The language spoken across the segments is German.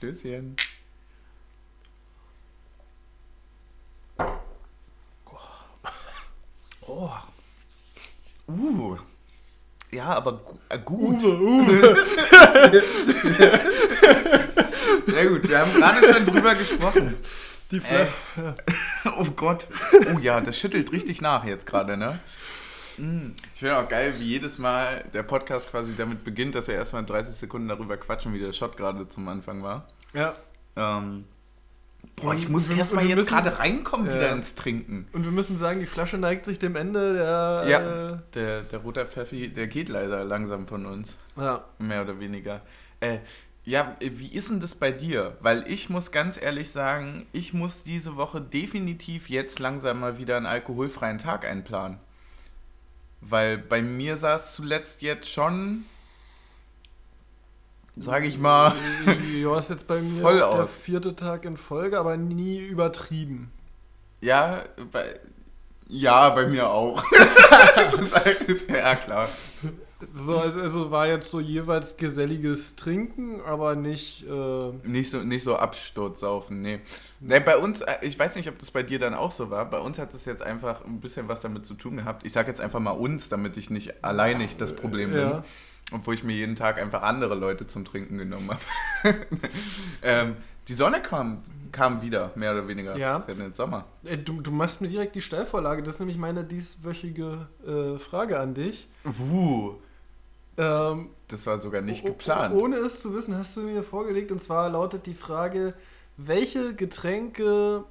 Stößchen. Oh. Ja, aber gut. Sehr gut, wir haben gerade schon drüber gesprochen. Oh Gott. Oh ja, das schüttelt richtig nach jetzt gerade, ne? Ich finde auch geil, wie jedes Mal der Podcast quasi damit beginnt, dass wir erstmal 30 Sekunden darüber quatschen, wie der Shot gerade zum Anfang war. Ja. Ich muss erstmal jetzt gerade reinkommen wieder ins Trinken. Und wir müssen sagen, die Flasche neigt sich dem Ende. Der roter Pfeffi, der geht leider langsam von uns. Ja. Mehr oder weniger. Wie ist denn das bei dir? Weil ich muss ganz ehrlich sagen, ich muss diese Woche definitiv jetzt langsam mal wieder einen alkoholfreien Tag einplanen. Weil bei mir sah es zuletzt jetzt schon, sage ich mal, Ja, ist jetzt bei mir voll der aus. 4. Tag in Folge, aber nie übertrieben. Ja, bei mir auch. Ja, klar. So, also war jetzt so jeweils geselliges Trinken, aber nicht... Nicht so Absturzsaufen, nee. Nee, bei uns, ich weiß nicht, ob das bei dir dann auch so war, bei uns hat es jetzt einfach ein bisschen was damit zu tun gehabt. Ich sage jetzt einfach mal uns, damit ich nicht alleinig das Problem bin. Ja. Obwohl ich mir jeden Tag einfach andere Leute zum Trinken genommen habe. Die Sonne kam wieder, mehr oder weniger, für den Sommer. Du machst mir direkt die Steilvorlage, das ist nämlich meine dieswöchige Frage an dich. Das war sogar nicht geplant. Ohne es zu wissen, hast du mir vorgelegt, und zwar lautet die Frage, welche Getränke,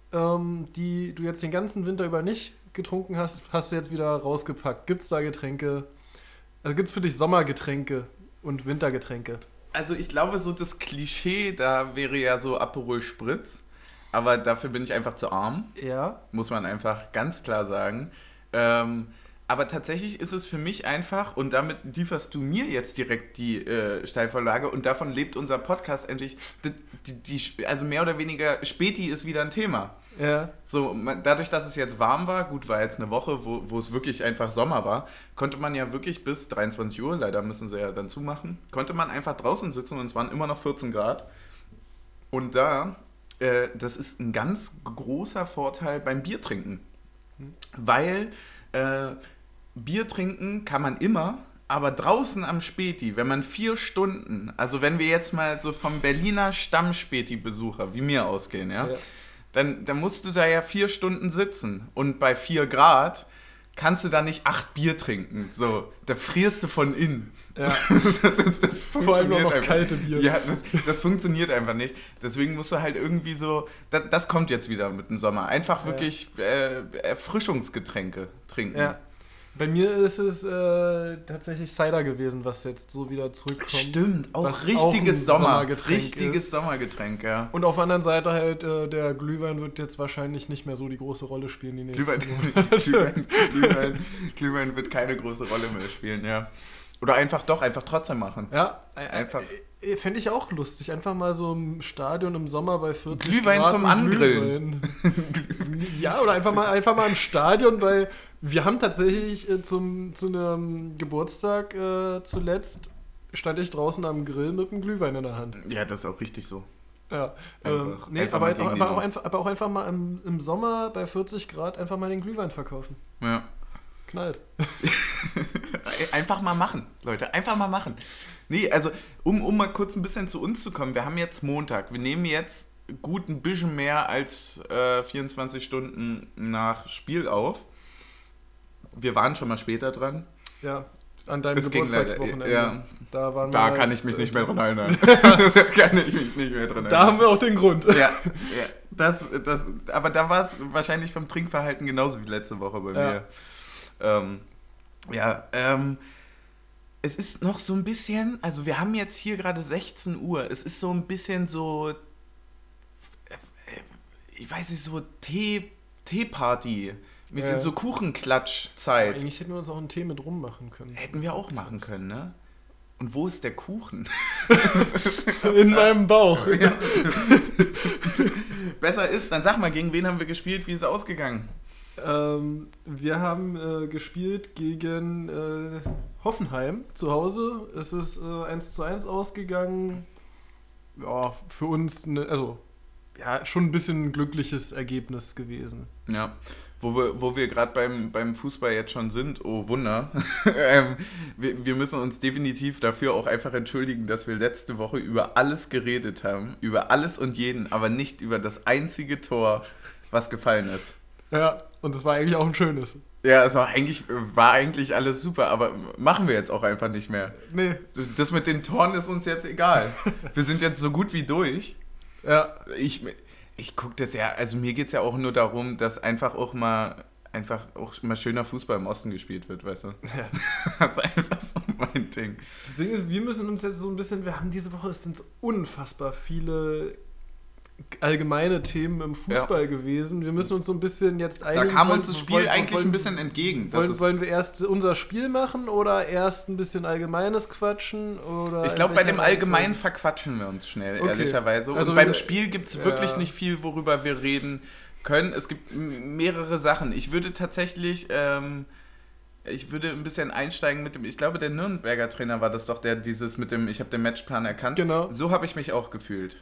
die du jetzt den ganzen Winter über nicht getrunken hast, hast du jetzt wieder rausgepackt? Gibt es da Getränke, also gibt es für dich Sommergetränke und Wintergetränke? Also ich glaube, so das Klischee, da wäre ja so Aperol Spritz, aber dafür bin ich einfach zu arm. Ja. Muss man einfach ganz klar sagen. Aber tatsächlich ist es für mich einfach, und damit lieferst du mir jetzt direkt die Steilvorlage, und davon lebt unser Podcast endlich, also mehr oder weniger, Späti ist wieder ein Thema. Ja. So, dadurch, dass es jetzt warm war, gut, war jetzt eine Woche, wo es wirklich einfach Sommer war, konnte man ja wirklich bis 23 Uhr, leider müssen sie ja dann zumachen, konnte man einfach draußen sitzen und es waren immer noch 14 Grad. Und das ist ein ganz großer Vorteil beim Biertrinken. Weil Bier trinken kann man immer, aber draußen am Späti, wenn man 4 Stunden, also wenn wir jetzt mal so vom Berliner Stamm-Späti-Besucher wie mir ausgehen, ja. Dann musst du da ja 4 Stunden sitzen, und bei 4 Grad kannst du da nicht 8 Bier trinken, so, da frierst du von innen. Ja. Das Vor allem auch noch einfach. kalte Bier. Ja, das funktioniert einfach nicht. Deswegen musst du halt irgendwie so, das kommt jetzt wieder mit dem Sommer, einfach wirklich Erfrischungsgetränke trinken. Ja. Bei mir ist es tatsächlich Cider gewesen, was jetzt so wieder zurückkommt. Stimmt, auch was richtiges auch ein Sommergetränk richtiges ist. Sommergetränk, ja. Und auf der anderen Seite halt, der Glühwein wird jetzt wahrscheinlich nicht mehr so die große Rolle spielen die nächsten Monate. Glühwein wird keine große Rolle mehr spielen, ja. Oder einfach trotzdem machen. Ja, einfach. Fände ich auch lustig. Einfach mal so im Stadion im Sommer bei 40 Glühwein Grad zum Angrillen. Ja, oder einfach mal im Stadion, weil wir haben tatsächlich zu einem Geburtstag zuletzt stand ich draußen am Grill mit einem Glühwein in der Hand. Ja, das ist auch richtig so. Ja, aber auch einfach mal im Sommer bei 40 Grad einfach mal den Glühwein verkaufen. Ja. Knallt. Einfach mal machen, Leute. Einfach mal machen. Nee, also, um mal kurz ein bisschen zu uns zu kommen. Wir haben jetzt Montag. Wir nehmen jetzt gut ein bisschen mehr als 24 Stunden nach Spiel auf. Wir waren schon mal später dran. Ja, an deinem Geburtstagswochenende. Ja. Da kann ich mich nicht mehr dran erinnern. Da haben wir auch den Grund. Ja. Aber da war es wahrscheinlich vom Trinkverhalten genauso wie letzte Woche bei mir. Es ist noch so ein bisschen, also wir haben jetzt hier gerade 16 Uhr, es ist so ein bisschen so, ich weiß nicht, so Teeparty, mit so Kuchenklatschzeit. Eigentlich hätten wir uns auch einen Tee mit rum machen können. Hätten wir auch machen können, ne? Und wo ist der Kuchen? In meinem Bauch. Ja. Besser ist, dann sag mal, gegen wen haben wir gespielt, wie ist es ausgegangen? Wir haben gespielt gegen Hoffenheim zu Hause. Es ist 1:1 ausgegangen. ja, für uns schon ein bisschen ein glückliches Ergebnis gewesen. Ja, wo wir gerade beim Fußball jetzt schon sind, oh Wunder, wir müssen uns definitiv dafür auch einfach entschuldigen, dass wir letzte Woche über alles geredet haben, über alles und jeden, aber nicht über das einzige Tor, was gefallen ist. Ja, und das war eigentlich auch ein schönes. Ja, es war eigentlich alles super, aber machen wir jetzt auch einfach nicht mehr. Nee. Das mit den Toren ist uns jetzt egal. Wir sind jetzt so gut wie durch. Ja. Ich gucke das ja, also mir geht es ja auch nur darum, dass einfach auch mal schöner Fußball im Osten gespielt wird, weißt du? Ja. Das ist einfach so mein Ding. Das Ding ist, wir müssen uns jetzt so ein bisschen, wir haben diese Woche, es sind unfassbar viele allgemeine Themen im Fußball gewesen. Wir müssen uns so ein bisschen jetzt einigen. Da kam uns das Spiel eigentlich ein bisschen entgegen. Wollen wir erst unser Spiel machen oder erst ein bisschen Allgemeines quatschen? Oder ich glaube, bei dem Allgemeinen verquatschen wir uns schnell, ehrlicherweise. Und also beim Spiel gibt es wirklich nicht viel, worüber wir reden können. Es gibt mehrere Sachen. Ich würde tatsächlich... Ich würde ein bisschen einsteigen mit dem, ich glaube, der Nürnberger Trainer war das doch, der dieses mit dem, ich habe den Matchplan erkannt. Genau. So habe ich mich auch gefühlt.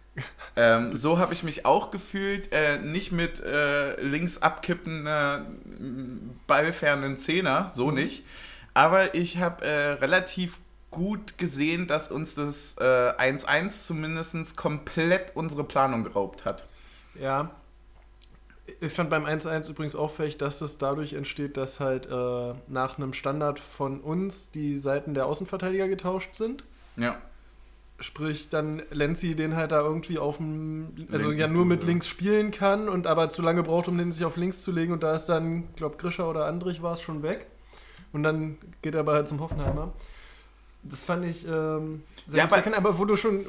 Nicht mit links abkippender ballfernen Zehner, so nicht. Aber ich habe relativ gut gesehen, dass uns das 1-1 zumindest komplett unsere Planung geraubt hat. Ja. Ich fand beim 1-1 übrigens auffällig, dass das dadurch entsteht, dass halt nach einem Standard von uns die Seiten der Außenverteidiger getauscht sind. Ja. Sprich, dann Lenzi den halt da irgendwie nur mit links spielen kann und aber zu lange braucht, um den sich auf links zu legen und da ist dann, ich glaube, Grischer oder Andrich war es schon weg. Und dann geht er aber halt zum Hoffenheimer. Das fand ich sehr gut. Aber wo du schon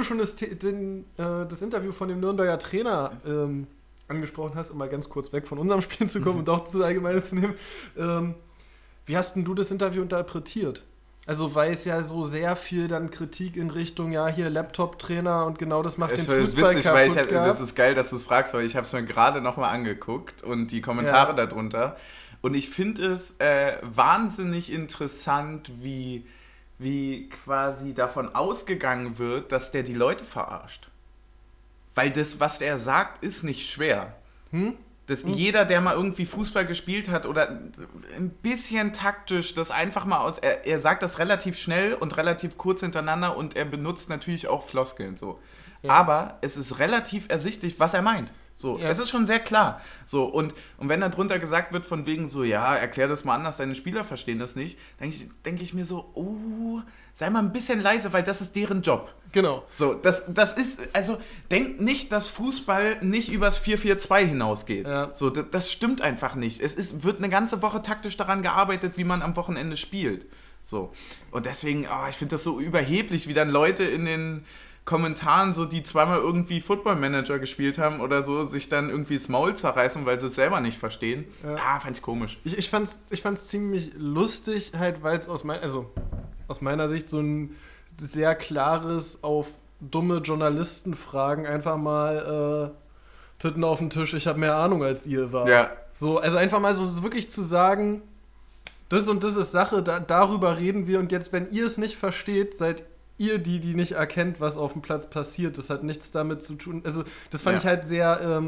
das Interview von dem Nürnberger Trainer angesprochen hast, um mal ganz kurz weg von unserem Spiel zu kommen und auch das Allgemeine zu nehmen, wie hast denn du das Interview interpretiert? Also weil es ja so sehr viel dann Kritik in Richtung, ja, hier Laptop-Trainer und genau das macht den Fußball witzig, kaputt. Das ist geil, dass du es fragst, weil ich habe es mir gerade nochmal angeguckt und die Kommentare darunter. Und ich finde es wahnsinnig interessant, wie quasi davon ausgegangen wird, dass der die Leute verarscht. Weil das, was der sagt, ist nicht schwer. Jeder, der mal irgendwie Fußball gespielt hat oder ein bisschen taktisch das einfach mal aus... Er sagt das relativ schnell und relativ kurz hintereinander und er benutzt natürlich auch Floskeln so. Ja. Aber es ist relativ ersichtlich, was er meint. So, es ist schon sehr klar. So, und wenn da drunter gesagt wird von wegen so, ja, erklär das mal anders, deine Spieler verstehen das nicht, denke ich mir so, sei mal ein bisschen leise, weil das ist deren Job. Genau. So, das ist, also, denkt nicht, dass Fußball nicht übers 4-4-2 hinausgeht. Ja. So, das stimmt einfach nicht. Wird eine ganze Woche taktisch daran gearbeitet, wie man am Wochenende spielt. So. Und deswegen, ich finde das so überheblich, wie dann Leute in den Kommentaren, so die zweimal irgendwie Football Manager gespielt haben oder so, sich dann irgendwie das Maul zerreißen, weil sie es selber nicht verstehen. Ja, fand ich komisch. Ich fand's ziemlich lustig, halt, weil es aus meiner Sicht so ein sehr klares auf dumme Journalistenfragen einfach mal Titten auf den Tisch, ich habe mehr Ahnung als ihr war. Ja. So, also einfach mal so wirklich zu sagen, das und das ist Sache, darüber reden wir und jetzt, wenn ihr es nicht versteht, seid ihr die nicht erkennt, was auf dem Platz passiert. Das hat nichts damit zu tun. Also, das fand ich halt sehr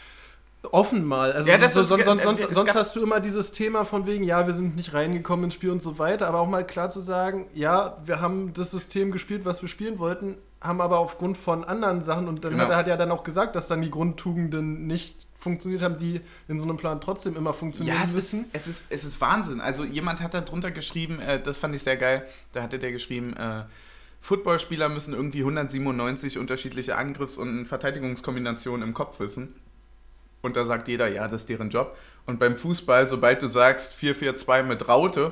offen mal. Also, sonst hast du immer dieses Thema von wegen, ja, wir sind nicht reingekommen ins Spiel und so weiter, aber auch mal klar zu sagen, ja, wir haben das System gespielt, was wir spielen wollten, haben aber aufgrund von anderen Sachen und dann hat er dann auch gesagt, dass dann die Grundtugenden nicht funktioniert haben, die in so einem Plan trotzdem immer funktionieren müssen. Es ist Wahnsinn. Also jemand hat da drunter geschrieben, das fand ich sehr geil, da hatte der geschrieben, Footballspieler müssen irgendwie 197 unterschiedliche Angriffs- und Verteidigungskombinationen im Kopf wissen. Und da sagt jeder, ja, das ist deren Job. Und beim Fußball, sobald du sagst 4-4-2 mit Raute,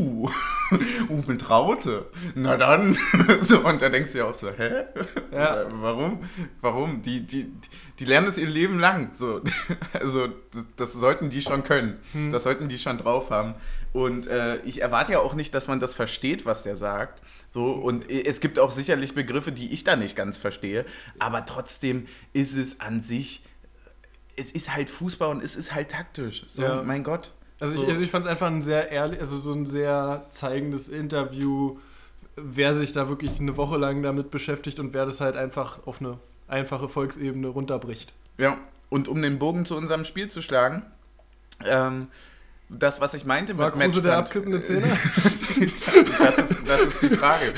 mit Raute, na dann. So, und da denkst du ja auch so, hä? Ja. Warum? Die lernen es ihr Leben lang. So. Also das sollten die schon können. Das sollten die schon drauf haben. Und ich erwarte ja auch nicht, dass man das versteht, was der sagt. So, und es gibt auch sicherlich Begriffe, die ich da nicht ganz verstehe. Aber trotzdem ist es an sich... Es ist halt Fußball und es ist halt taktisch. So, mein Gott. Also ich fand es einfach ein sehr ehrlich, also so ein sehr zeigendes Interview, wer sich da wirklich eine Woche lang damit beschäftigt und wer das halt einfach auf eine einfache Volksebene runterbricht. Ja, und um den Bogen zu unserem Spiel zu schlagen, das, was ich meinte war mit Kruse Matchplan... der abkippende Zehner? das ist die Frage.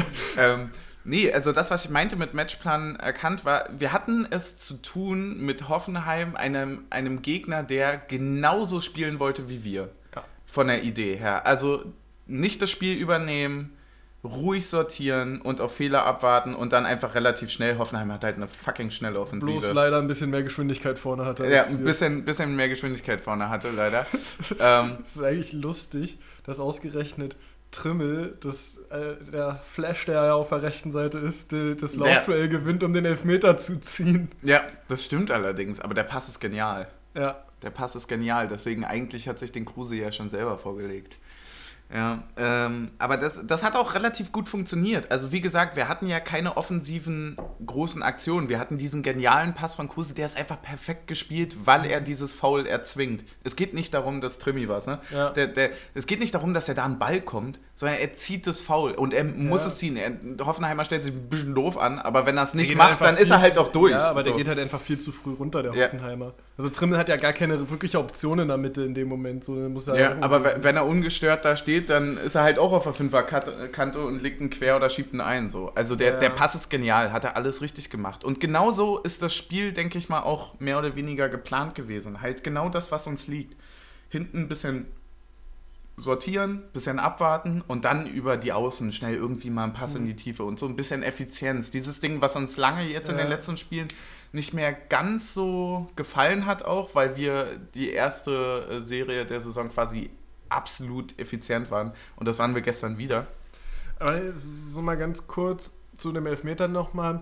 Nee, also das, was ich meinte mit Matchplan erkannt war, wir hatten es zu tun mit Hoffenheim, einem Gegner, der genauso spielen wollte wie wir. Ja. Von der Idee her. Also nicht das Spiel übernehmen, ruhig sortieren und auf Fehler abwarten und dann einfach relativ schnell. Hoffenheim hat halt eine fucking schnelle Offensive. Bloß leider ein bisschen mehr Geschwindigkeit vorne hatte. Ja, ein bisschen mehr Geschwindigkeit vorne hatte, leider. Es ist eigentlich lustig, dass ausgerechnet Trimmel, der Flash, der ja auf der rechten Seite ist, das Laufduell gewinnt, um den Elfmeter zu ziehen. Ja, das stimmt allerdings, aber der Pass ist genial. Ja. Der Pass ist genial, deswegen eigentlich hat sich den Kruse ja schon selber vorgelegt. Ja, aber das hat auch relativ gut funktioniert. Also wie gesagt, wir hatten ja keine offensiven großen Aktionen. Wir hatten diesen genialen Pass von Kruse, der ist einfach perfekt gespielt, weil er dieses Foul erzwingt. Es geht nicht darum, dass Trimmi was, ne? Ja. Es geht nicht darum, dass er da einen Ball kommt, sondern er zieht das Foul und er muss es ziehen. Der Hoffenheimer stellt sich ein bisschen doof an, aber wenn er es nicht macht, dann ist er halt auch durch. Ja, aber so. Der geht halt einfach viel zu früh runter, der Hoffenheimer. Also Trimmel hat ja gar keine wirkliche Option in der Mitte in dem Moment. So, muss er ja, aber wenn er ungestört da steht, dann ist er halt auch auf der Fünferkante und legt ihn quer oder schiebt ihn ein. So. Also der Pass ist genial, hat er alles richtig gemacht. Und genauso ist das Spiel, denke ich mal, auch mehr oder weniger geplant gewesen. Halt genau das, was uns liegt. Hinten ein bisschen sortieren, ein bisschen abwarten und dann über die Außen schnell irgendwie mal einen Pass in die Tiefe und so ein bisschen Effizienz. Dieses Ding, was uns lange jetzt in den letzten Spielen nicht mehr ganz so gefallen hat auch, weil wir die erste Serie der Saison quasi absolut effizient waren. Und das waren wir gestern wieder. Aber so mal ganz kurz zu dem Elfmeter nochmal.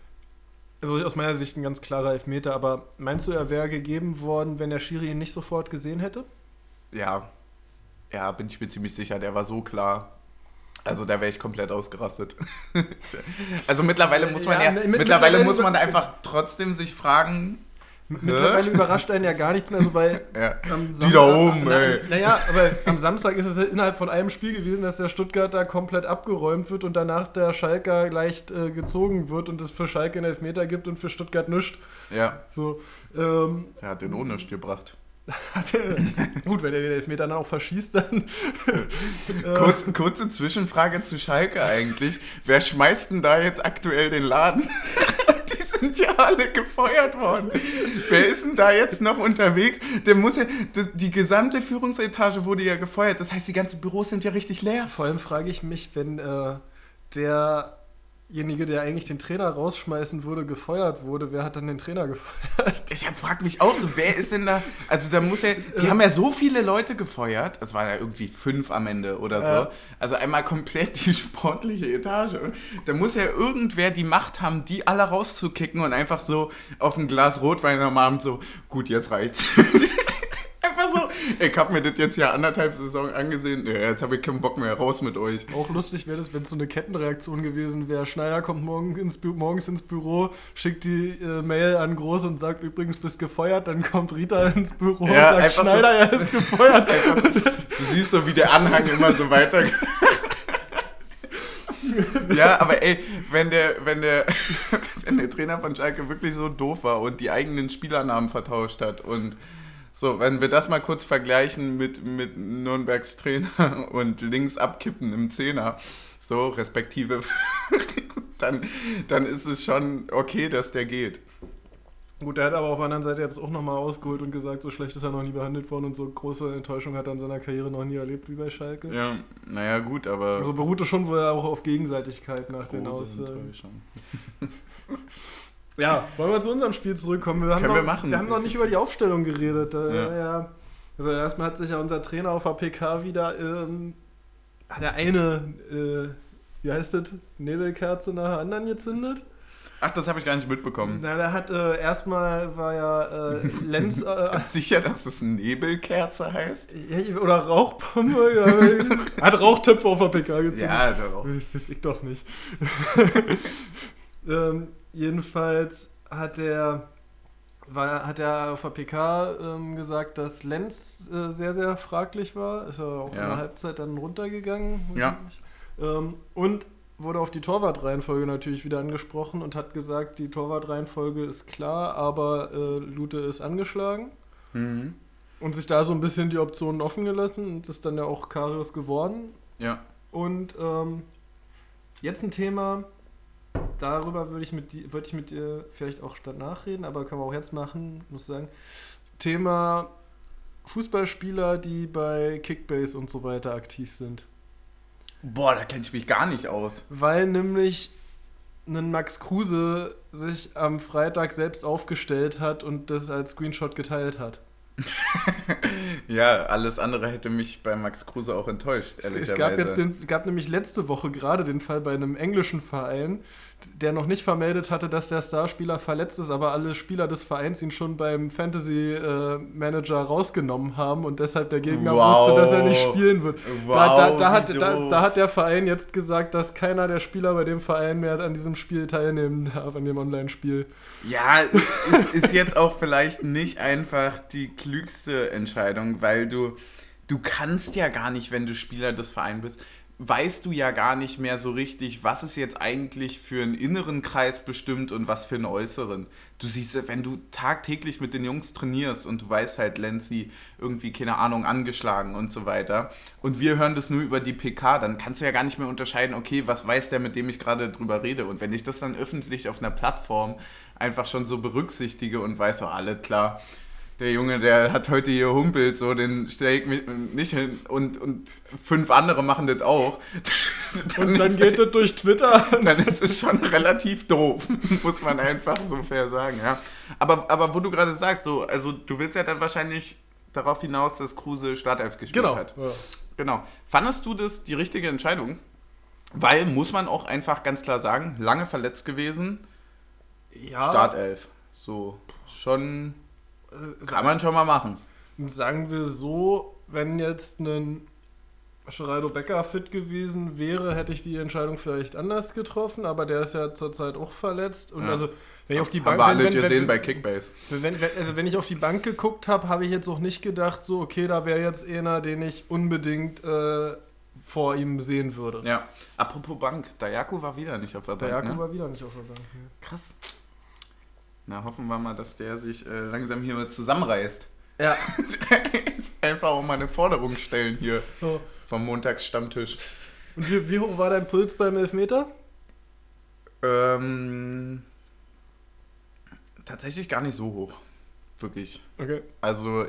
Also aus meiner Sicht ein ganz klarer Elfmeter, aber meinst du, er wäre gegeben worden, wenn der Schiri ihn nicht sofort gesehen hätte? Ja, bin ich mir ziemlich sicher. Der war so klar. Also da wäre ich komplett ausgerastet. Also mittlerweile muss man muss man einfach trotzdem sich fragen. Mittlerweile überrascht einen ja gar nichts mehr so, weil am Samstag, die da oben, ey. Naja, aber am Samstag ist es innerhalb von einem Spiel gewesen, dass der Stuttgarter komplett abgeräumt wird und danach der Schalker leicht gezogen wird und es für Schalke einen Elfmeter gibt und für Stuttgart nichts. Ja. So, der hat den ohne nichts gebracht. Gut, wenn er den Elfmeter dann auch verschießt, dann... Kurze Zwischenfrage zu Schalke eigentlich. Wer schmeißt denn da jetzt aktuell den Laden? Die sind ja alle gefeuert worden. Wer ist denn da jetzt noch unterwegs? Der muss ja, die gesamte Führungsetage wurde ja gefeuert. Das heißt, die ganzen Büros sind ja richtig leer. Vor allem frage ich mich, wenn derjenige, der eigentlich den Trainer rausschmeißen würde, gefeuert wurde, wer hat dann den Trainer gefeuert? Ich frage mich auch so, wer ist denn da? Also da muss ja, die haben ja so viele Leute gefeuert, es waren ja irgendwie 5 am Ende oder so, also einmal komplett die sportliche Etage. Da muss ja irgendwer die Macht haben, die alle rauszukicken und einfach so auf ein Glas Rotwein am Abend so, gut, jetzt reicht's. Einfach so, ich hab mir das jetzt ja 1,5 Saison angesehen, jetzt habe ich keinen Bock mehr, raus mit euch. Auch lustig wäre das, wenn es so eine Kettenreaktion gewesen wäre. Schneider kommt morgens ins Büro, schickt die Mail an Groß und sagt, übrigens bist gefeuert, dann kommt Rita ins Büro und sagt, Schneider, er ist gefeuert. So, du siehst so, wie der Anhang immer so weiter... Ja, aber ey, wenn der Trainer von Schalke wirklich so doof war und die eigenen Spielernamen vertauscht hat und so, wenn wir das mal kurz vergleichen mit Nürnbergs Trainer und links abkippen im Zehner, so respektive, dann ist es schon okay, dass der geht. Gut, der hat aber auf der anderen Seite jetzt auch nochmal ausgeholt und gesagt, so schlecht ist er noch nie behandelt worden und so große Enttäuschung hat er in seiner Karriere noch nie erlebt wie bei Schalke. Ja, naja gut, aber... Also beruhte schon wohl auch auf Gegenseitigkeit nach den Aussagen. Ja, wollen wir zu unserem Spiel zurückkommen? Wir haben noch nicht über die Aufstellung geredet. Also erstmal hat sich ja unser Trainer auf der PK wieder hat er eine, wie heißt das, Nebelkerze nach der anderen gezündet. Ach, das habe ich gar nicht mitbekommen. Na, der hat erstmal war ja Lenz... Sicher, dass das Nebelkerze heißt? Ja, oder Rauchbombe. Ja, hat Rauchtöpfe auf der PK gezündet. Ja, der Rauch. Das ich doch nicht. Jedenfalls hat er auf der PK gesagt, dass Lenz sehr, sehr fraglich war. Ist er auch in der Halbzeit dann runtergegangen. Ja. Und wurde auf die Torwartreihenfolge natürlich wieder angesprochen und hat gesagt, die Torwartreihenfolge ist klar, aber Lute ist angeschlagen. Mhm. Und sich da so ein bisschen die Optionen offen gelassen und ist dann ja auch Karius geworden. Ja. Und jetzt ein Thema, darüber würde ich mit dir vielleicht auch danach reden, aber können wir auch jetzt machen, muss sagen. Thema Fußballspieler, die bei Kickbase und so weiter aktiv sind. Boah, da kenne ich mich gar nicht aus. Weil nämlich ein Max Kruse sich am Freitag selbst aufgestellt hat und das als Screenshot geteilt hat. Ja, alles andere hätte mich bei Max Kruse auch enttäuscht, ehrlicherweise. Es gab nämlich letzte Woche gerade den Fall bei einem englischen Verein, der noch nicht vermeldet hatte, dass der Starspieler verletzt ist, aber alle Spieler des Vereins ihn schon beim Fantasy Manager rausgenommen haben und deshalb der Gegner wusste, dass er nicht spielen wird. Wow, Da hat der Verein jetzt gesagt, dass keiner der Spieler bei dem Verein mehr an diesem Spiel teilnehmen darf, an dem Online-Spiel. Ja, es ist jetzt auch vielleicht nicht einfach die klügste Entscheidung, weil du kannst ja gar nicht, wenn du Spieler des Vereins bist, weißt du ja gar nicht mehr so richtig, was ist jetzt eigentlich für einen inneren Kreis bestimmt und was für einen äußeren. Du siehst, wenn du tagtäglich mit den Jungs trainierst und du weißt halt, Lenzi irgendwie, keine Ahnung, angeschlagen und so weiter und wir hören das nur über die PK, dann kannst du ja gar nicht mehr unterscheiden, okay, was weiß der, mit dem ich gerade drüber rede. Und wenn ich das dann öffentlich auf einer Plattform einfach schon so berücksichtige und weiß, so, alles klar, der Junge, der hat heute hier humpelt, so, den stelle ich mich nicht hin und 5 andere machen das auch. Und dann geht das durch Twitter. Dann ist es schon relativ doof, muss man einfach so fair sagen, ja. Aber wo du gerade sagst, so, also du willst ja dann wahrscheinlich darauf hinaus, dass Kruse Startelf gespielt hat. Ja. Genau. Fandest du das die richtige Entscheidung? Weil, muss man auch einfach ganz klar sagen, lange verletzt gewesen, Ja. Startelf. So, schon... Kann man schon mal machen. Sagen wir so, wenn jetzt ein Geraldo Becker fit gewesen wäre, hätte ich die Entscheidung vielleicht anders getroffen, aber der ist ja zurzeit auch verletzt. Und Ja. also, wenn ich auf die Bank... Haben wir alle gesehen bei Kickbase. Wenn ich auf die Bank geguckt habe, habe ich jetzt auch nicht gedacht, so, okay, da wäre jetzt einer, den ich unbedingt vor ihm sehen würde. Ja. Apropos Bank, Dayaku war wieder nicht auf der Bank. Dayaku Ne? war wieder nicht auf der Bank. Ne? Krass. Na, hoffen wir mal, dass der sich langsam hier mal zusammenreißt. Ja. Einfach auch mal eine Forderung stellen hier So. vom Montagsstammtisch. Und wie hoch war dein Puls beim Elfmeter? Tatsächlich gar nicht so hoch. Wirklich. Okay. Also,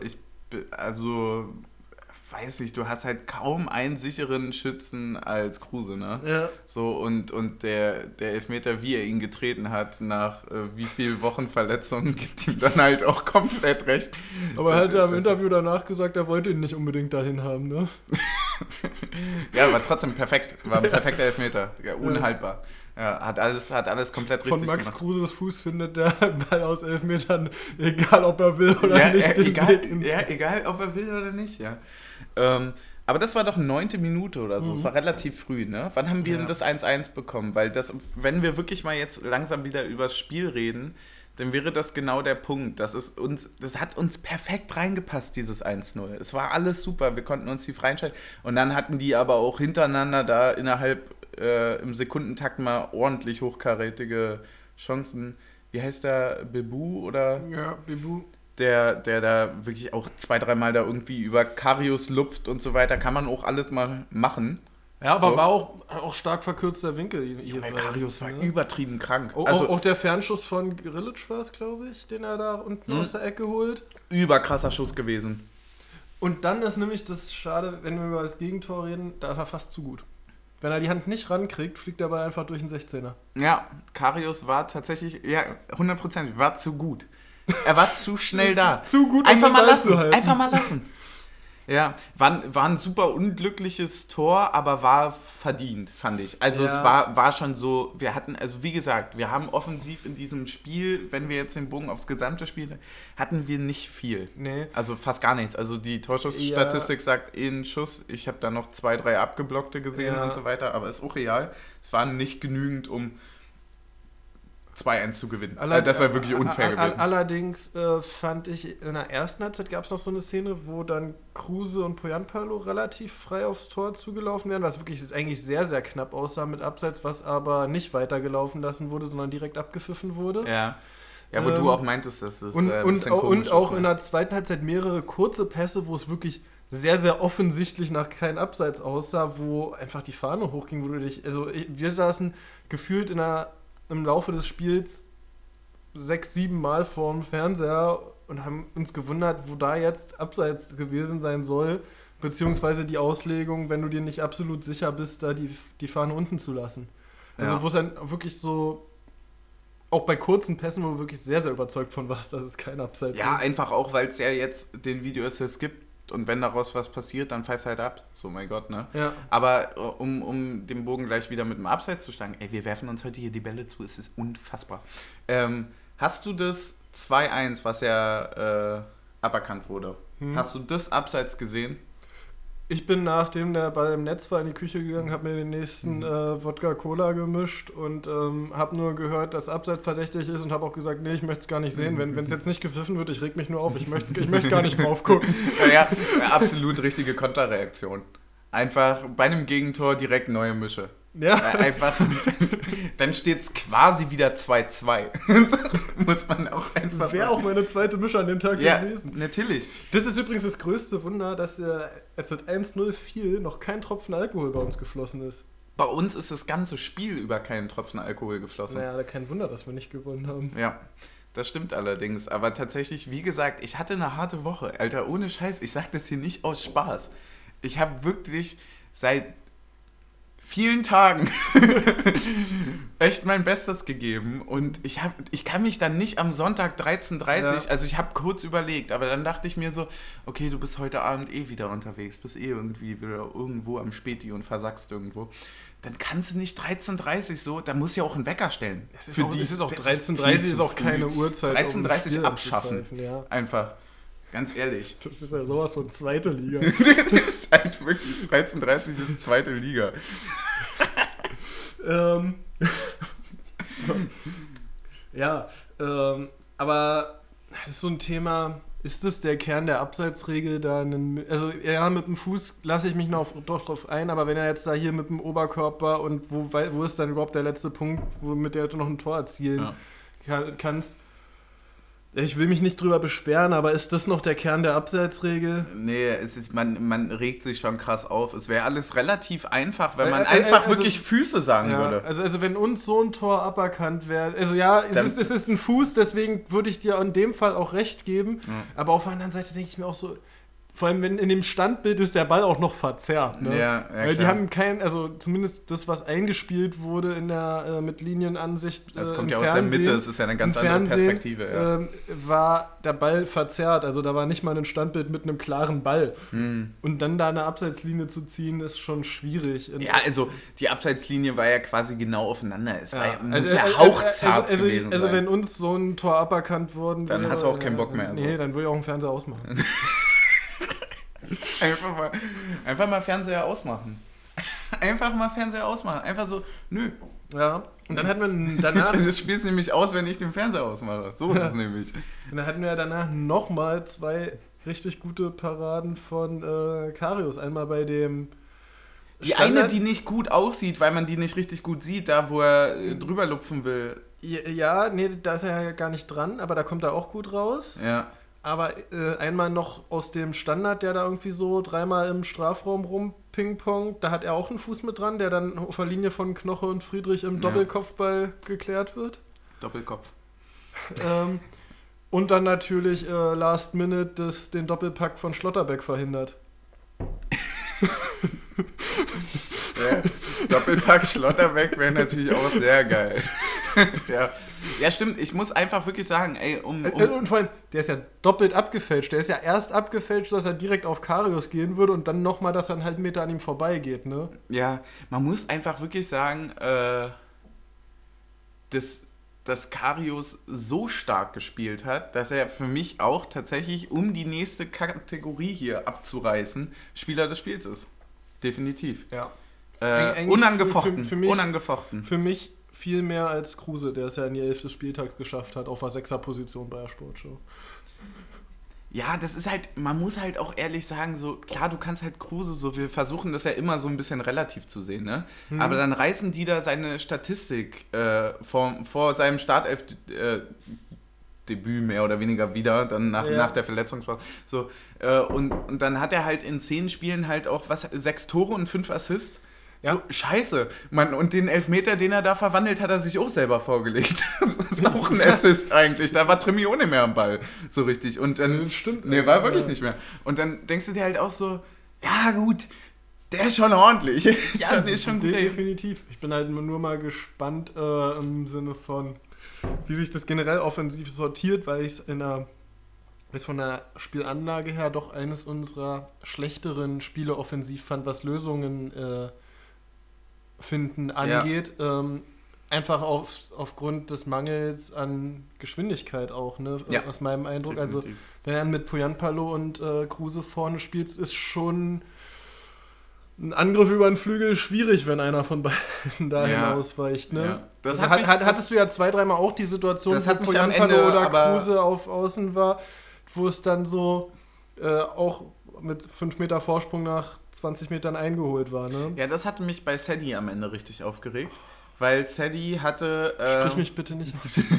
weiß nicht, du hast halt kaum einen sicheren Schützen als Kruse, ne? Ja. So, und der Elfmeter, wie er ihn getreten hat, nach wie viel Wochen Verletzungen, gibt ihm dann halt auch komplett recht. Aber er hat ja im Interview danach gesagt, er wollte ihn nicht unbedingt dahin haben, ne? Ja, war trotzdem perfekt. War ein perfekter Elfmeter. Ja, unhaltbar. Ja, hat alles komplett richtig Von Max gemacht. Kruses Fuß findet der Ball aus Elfmetern, egal ob er will oder Ja, nicht. egal, ob er will oder nicht, ja. Aber das war doch 9. Minute oder so. Es war relativ früh, ne? Wann haben wir denn das 1-1 bekommen? Weil wenn wir wirklich mal jetzt langsam wieder übers Spiel reden, dann wäre das genau der Punkt. Das hat uns perfekt reingepasst, dieses 1-0. Es war alles super, wir konnten uns die frei entscheiden. Und dann hatten die aber auch hintereinander da innerhalb im Sekundentakt mal ordentlich hochkarätige Chancen. Wie heißt der? Bebu oder? Ja, Bebu. Der da wirklich auch 2-3 Mal da irgendwie über Karius lupft und so weiter. Kann man auch alles mal machen. Ja, aber So. war auch stark verkürzter Winkel. Junge, Karius war übertrieben krank. Auch der Fernschuss von Grilic war es, glaube ich, den er da unten aus der Ecke holt. Überkrasser Schuss gewesen. Und dann ist nämlich das Schade, wenn wir über das Gegentor reden, da ist er fast zu gut. Wenn er die Hand nicht rankriegt, fliegt er aber einfach durch den 16er. Ja, Karius war tatsächlich, ja, 100%, war zu gut. Er war zu schnell da. Zu gut, Einfach den mal Ball lassen. zu halten. Einfach mal lassen. Ja, war ein super unglückliches Tor, aber war verdient, fand ich. Also Ja. es war schon so, wir hatten, also wie gesagt, wir haben offensiv in diesem Spiel, wenn wir jetzt den Bogen aufs gesamte Spiel, hatten wir nicht viel. Nee. Also fast gar nichts. Also die Torschussstatistik sagt einen Schuss. Ich habe da noch 2, 3 abgeblockte gesehen Ja. und so weiter, aber ist auch real. Es war nicht genügend, um 2-1 zu gewinnen. Das war wirklich unfair gewesen. Allerdings fand ich, in der ersten Halbzeit gab es noch so eine Szene, wo dann Kruse und Poyampalo relativ frei aufs Tor zugelaufen werden, was wirklich eigentlich sehr, sehr knapp aussah mit Abseits, was aber nicht weitergelaufen lassen wurde, sondern direkt abgepfiffen wurde. Ja, wo du auch meintest, dass es und komisch auch ist, in der zweiten Halbzeit mehrere kurze Pässe, wo es wirklich sehr, sehr offensichtlich nach keinem Abseits aussah, wo einfach die Fahne hochging, wo du dich, wir saßen gefühlt im Laufe des Spiels 6-7 Mal vorm Fernseher und haben uns gewundert, wo da jetzt Abseits gewesen sein soll, beziehungsweise die Auslegung, wenn du dir nicht absolut sicher bist, da die Fahne unten zu lassen. Also wo es dann wirklich so, auch bei kurzen Pässen, wo du wirklich sehr, sehr überzeugt von warst, dass es kein Abseits ist. Ja, einfach auch, weil es ja jetzt den Videoassist gibt und wenn daraus was passiert, dann pfeifst halt ab. So, mein Gott, ne? Ja. Aber um den Bogen gleich wieder mit dem Abseits zu schlagen, wir werfen uns heute hier die Bälle zu, es ist unfassbar. Hast du das 2-1, was ja aberkannt wurde, hast du das Abseits gesehen? Ich bin, nachdem der Ball im Netz war, in die Küche gegangen, habe mir den nächsten Wodka-Cola gemischt und habe nur gehört, dass Abseits verdächtig ist und habe auch gesagt, nee, ich möchte es gar nicht sehen. Wenn es jetzt nicht gepfiffen wird, ich reg mich nur auf, ich möchte gar nicht drauf gucken. Ja, absolut richtige Konterreaktion. Einfach bei einem Gegentor direkt neue Mische. Ja. Einfach, dann steht es quasi wieder 2-2. Muss man auch einfach... Wäre auch meine zweite Mische an dem Tag gewesen. Ja, natürlich. Das ist übrigens das größte Wunder, dass als das 1-0 fiel, noch kein Tropfen Alkohol bei uns geflossen ist. Bei uns ist das ganze Spiel über keinen Tropfen Alkohol geflossen. Naja, kein Wunder, dass wir nicht gewonnen haben. Ja, das stimmt allerdings. Aber tatsächlich, wie gesagt, ich hatte eine harte Woche. Alter, ohne Scheiß, ich sag das hier nicht aus Spaß. Ich habe wirklich seit vielen Tagen echt mein Bestes gegeben und ich kann mich dann nicht am Sonntag 13:30, also ich habe kurz überlegt, aber dann dachte ich mir so, okay, du bist heute Abend wieder unterwegs, bist irgendwie wieder irgendwo am Späti und versackst irgendwo. Dann kannst du nicht 13:30 so, da muss ja auch einen Wecker stellen. Es ist auch 13:30 ist auch keine Uhrzeit. 13:30 abschaffen, ja. Einfach. Ganz ehrlich. Das ist ja sowas von zweite Liga. Das ist halt wirklich 13:30 ist zweite Liga. Ja, aber das ist so ein Thema, ist das der Kern der Abseitsregel? Also ja, mit dem Fuß lasse ich mich noch drauf ein, aber wenn er jetzt da hier mit dem Oberkörper und wo ist dann überhaupt der letzte Punkt, womit du noch ein Tor erzielen kannst? Ich will mich nicht drüber beschweren, aber ist das noch der Kern der Abseitsregel? Nee, man regt sich schon krass auf. Es wäre alles relativ einfach, wenn man einfach wirklich Füße sagen würde. Also wenn uns so ein Tor aberkannt wäre, also ja, es ist ein Fuß, deswegen würde ich dir in dem Fall auch recht geben. Ja. Aber auf der anderen Seite denke ich mir auch so, vor allem wenn in dem Standbild ist der Ball auch noch verzerrt. Ne? Ja, weil die haben also zumindest das, was eingespielt wurde in der mit Linienansicht. Das kommt ja aus der Mitte, es ist ja eine ganz andere Perspektive. Ja. War der Ball verzerrt, also da war nicht mal ein Standbild mit einem klaren Ball. Und dann da eine Abseitslinie zu ziehen, ist schon schwierig. Ja, also die Abseitslinie war ja quasi genau aufeinander. Es war ja hauchzart gewesen. Also wenn uns so ein Tor aberkannt worden wäre, dann hast du auch keinen Bock mehr. Nee, dann würde ich auch einen Fernseher ausmachen. Einfach mal Fernseher ausmachen. Einfach so, nö. Ja, und dann hatten wir danach... Das spielst nämlich aus, wenn ich den Fernseher ausmache. So ist es nämlich. Und dann hatten wir danach nochmal 2 richtig gute Paraden von Karius. Einmal bei dem... Die eine, die nicht gut aussieht, weil man die nicht richtig gut sieht, da wo er drüber lupfen will. Ja, nee, da ist er ja gar nicht dran, aber da kommt er auch gut raus. Ja. Aber einmal noch aus dem Standard, der da irgendwie so 3-mal im Strafraum rumpingpongt, da hat er auch einen Fuß mit dran, der dann auf der Linie von Knoche und Friedrich im Doppelkopfball geklärt wird. Doppelkopf. Und dann natürlich Last Minute den Doppelpack von Schlotterbeck verhindert. Ja, Doppelpack Schlotterbeck wäre natürlich auch sehr geil. Ja, stimmt. Ich muss einfach wirklich sagen, ey, Und vor allem, der ist ja doppelt abgefälscht. Der ist ja erst abgefälscht, dass er direkt auf Karius gehen würde und dann nochmal, dass er einen halben Meter an ihm vorbeigeht, ne? Ja, man muss einfach wirklich sagen, dass Karius so stark gespielt hat, dass er für mich auch tatsächlich, um die nächste Kategorie hier abzureißen, Spieler des Spiels ist. Definitiv. Ja. Unangefochten. Für mich viel mehr als Kruse, der es ja in die 11. des Spieltags geschafft hat, auf der 6er-Position bei der Sportschau. Ja, das ist halt, man muss halt auch ehrlich sagen, so, klar, du kannst halt Kruse, so, wir versuchen das ja immer so ein bisschen relativ zu sehen, ne? Aber dann reißen die da seine Statistik vor seinem Startelf-Debüt mehr oder weniger wieder, dann nach der Verletzungspause. So, und dann hat er halt in 10 Spielen halt auch 6 Tore und 5 Assists. Ja. So, scheiße. Mann, und den Elfmeter, den er da verwandelt, hat er sich auch selber vorgelegt. Das ist auch ein Assist eigentlich. Da war Trimione mehr am Ball. So richtig. Und dann, stimmt. Nee, war wirklich nicht mehr. Und dann denkst du dir halt auch so, ja gut, der ist schon ordentlich. Ja, ist schon definitiv. Ich bin halt nur mal gespannt im Sinne von, wie sich das generell offensiv sortiert, weil ich es von der Spielanlage her doch eines unserer schlechteren Spiele offensiv fand, was Lösungen finden angeht. Ja. Einfach aufgrund des Mangels an Geschwindigkeit auch, ne? Ja. Aus meinem Eindruck. Definitiv. Also wenn er mit Poyanpalo und Kruse vorne spielt, ist schon ein Angriff über den Flügel schwierig, wenn einer von beiden dahin ausweicht. Ne? Ja. Das hattest du ja 2-3 Mal auch die Situation, wo Poyanpalo oder Kruse auf Außen war, wo es dann so auch mit 5 Meter Vorsprung nach 20 Metern eingeholt war, ne? Ja, das hatte mich bei Sadie am Ende richtig aufgeregt, weil Sadie hatte... Sprich mich bitte nicht auf das.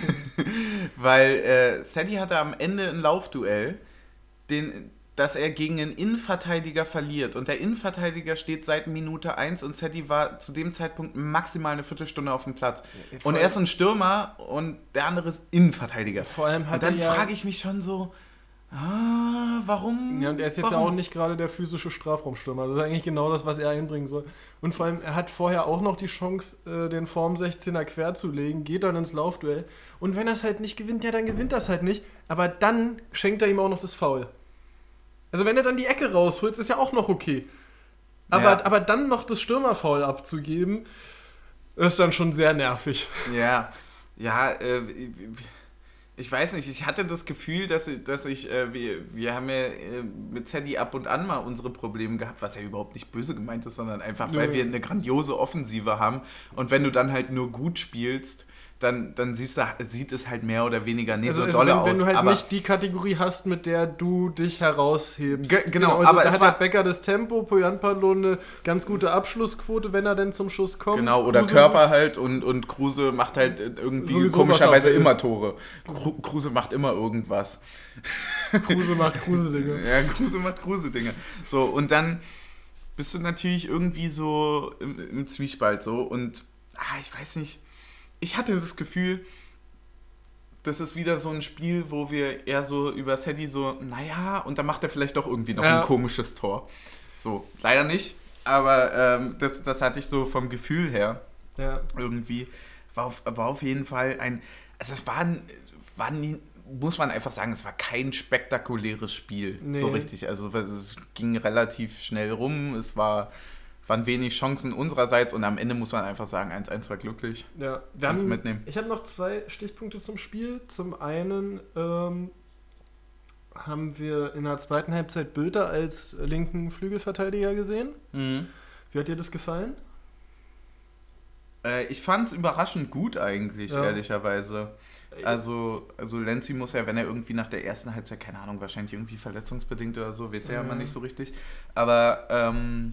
Weil Sadie hatte am Ende ein Laufduell, dass er gegen einen Innenverteidiger verliert. Und der Innenverteidiger steht seit Minute 1 und Sadie war zu dem Zeitpunkt maximal eine Viertelstunde auf dem Platz. Und er ist ein Stürmer und der andere ist Innenverteidiger. Vor allem hat und dann frage ich mich schon so... warum? Ja, und er ist jetzt ja auch nicht gerade der physische Strafraumstürmer. Also das ist eigentlich genau das, was er einbringen soll. Und vor allem, er hat vorher auch noch die Chance, den Form 16er quer zu legen, geht dann ins Laufduell. Und wenn er es halt nicht gewinnt, ja, dann gewinnt er es halt nicht. Aber dann schenkt er ihm auch noch das Foul. Also wenn er dann die Ecke rausholt, ist ja auch noch okay. Aber dann noch das Stürmerfoul abzugeben, ist dann schon sehr nervig. Ja, ich weiß nicht, ich hatte das Gefühl, dass wir haben ja mit Sadie ab und an mal unsere Probleme gehabt, was ja überhaupt nicht böse gemeint ist, sondern einfach, weil wir eine grandiose Offensive haben und wenn du dann halt nur gut spielst, dann sieht es halt mehr oder weniger nicht so dolle aus. Wenn du halt nicht die Kategorie hast, mit der du dich heraushebst. Genau, also aber da hat der Becker das Tempo, Poyanpalo eine ganz gute Abschlussquote, wenn er denn zum Schuss kommt. Genau, oder Kruse Körper halt und Kruse macht halt irgendwie komischerweise immer Tore. Kruse macht immer irgendwas. Kruse macht Kruse-Dinge. Ja, Kruse macht Kruse-Dinge. So, und dann bist du natürlich irgendwie so im Zwiespalt so und ich weiß nicht, ich hatte das Gefühl, das ist wieder so ein Spiel, wo wir eher so über Sadie so, und dann macht er vielleicht doch irgendwie noch ein komisches Tor. So, leider nicht, aber das hatte ich so vom Gefühl her irgendwie. War auf jeden Fall also es war nie, muss man einfach sagen, es war kein spektakuläres Spiel, so richtig. Also es ging relativ schnell rum, waren wenig Chancen unsererseits und am Ende muss man einfach sagen, 1-1 war glücklich. Ja, kannst du mitnehmen. Ich habe noch 2 Stichpunkte zum Spiel. Zum einen haben wir in der zweiten Halbzeit Bülter als linken Flügelverteidiger gesehen. Mhm. Wie hat dir das gefallen? Ich fand es überraschend gut eigentlich, ehrlicherweise. Also Lenzi muss ja, wenn er irgendwie nach der ersten Halbzeit, keine Ahnung, wahrscheinlich irgendwie verletzungsbedingt oder so, weiß er ja immer nicht so richtig. Aber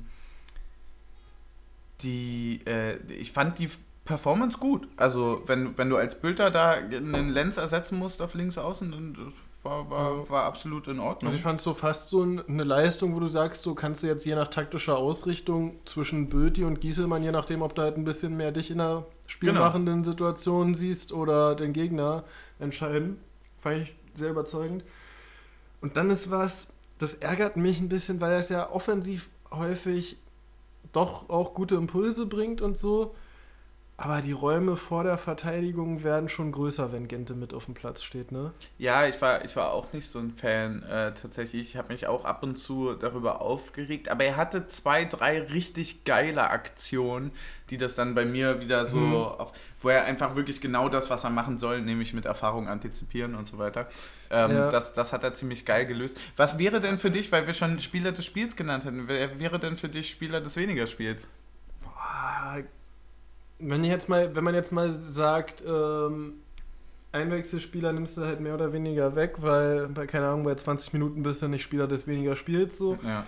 ich fand die Performance gut. Also wenn du als Bülter da einen Lenz ersetzen musst auf links außen, dann war absolut in Ordnung. Also ich fand es so fast so eine Leistung, wo du sagst, so kannst du jetzt je nach taktischer Ausrichtung zwischen Bülti und Gieselmann, je nachdem, ob du halt ein bisschen mehr dich in der spielmachenden Situation siehst oder den Gegner entscheiden. Fand ich sehr überzeugend. Und dann ist das ärgert mich ein bisschen, weil er es ja offensiv häufig doch auch gute Impulse bringt und so. Aber die Räume vor der Verteidigung werden schon größer, wenn Gente mit auf dem Platz steht, ne? Ja, ich war auch nicht so ein Fan tatsächlich. Ich habe mich auch ab und zu darüber aufgeregt. Aber er hatte 2, 3 richtig geile Aktionen, die das dann bei mir wieder so, wo er einfach wirklich genau das, was er machen soll, nämlich mit Erfahrung antizipieren und so weiter. Das hat er ziemlich geil gelöst. Was wäre denn für dich, weil wir schon Spieler des Spiels genannt hätten, wer wäre denn für dich Spieler des weniger Spiels? Boah, wenn man jetzt mal sagt, Einwechselspieler nimmst du halt mehr oder weniger weg, weil, keine Ahnung, bei 20 Minuten bist du nicht Spieler, des weniger spielt, so. Ja.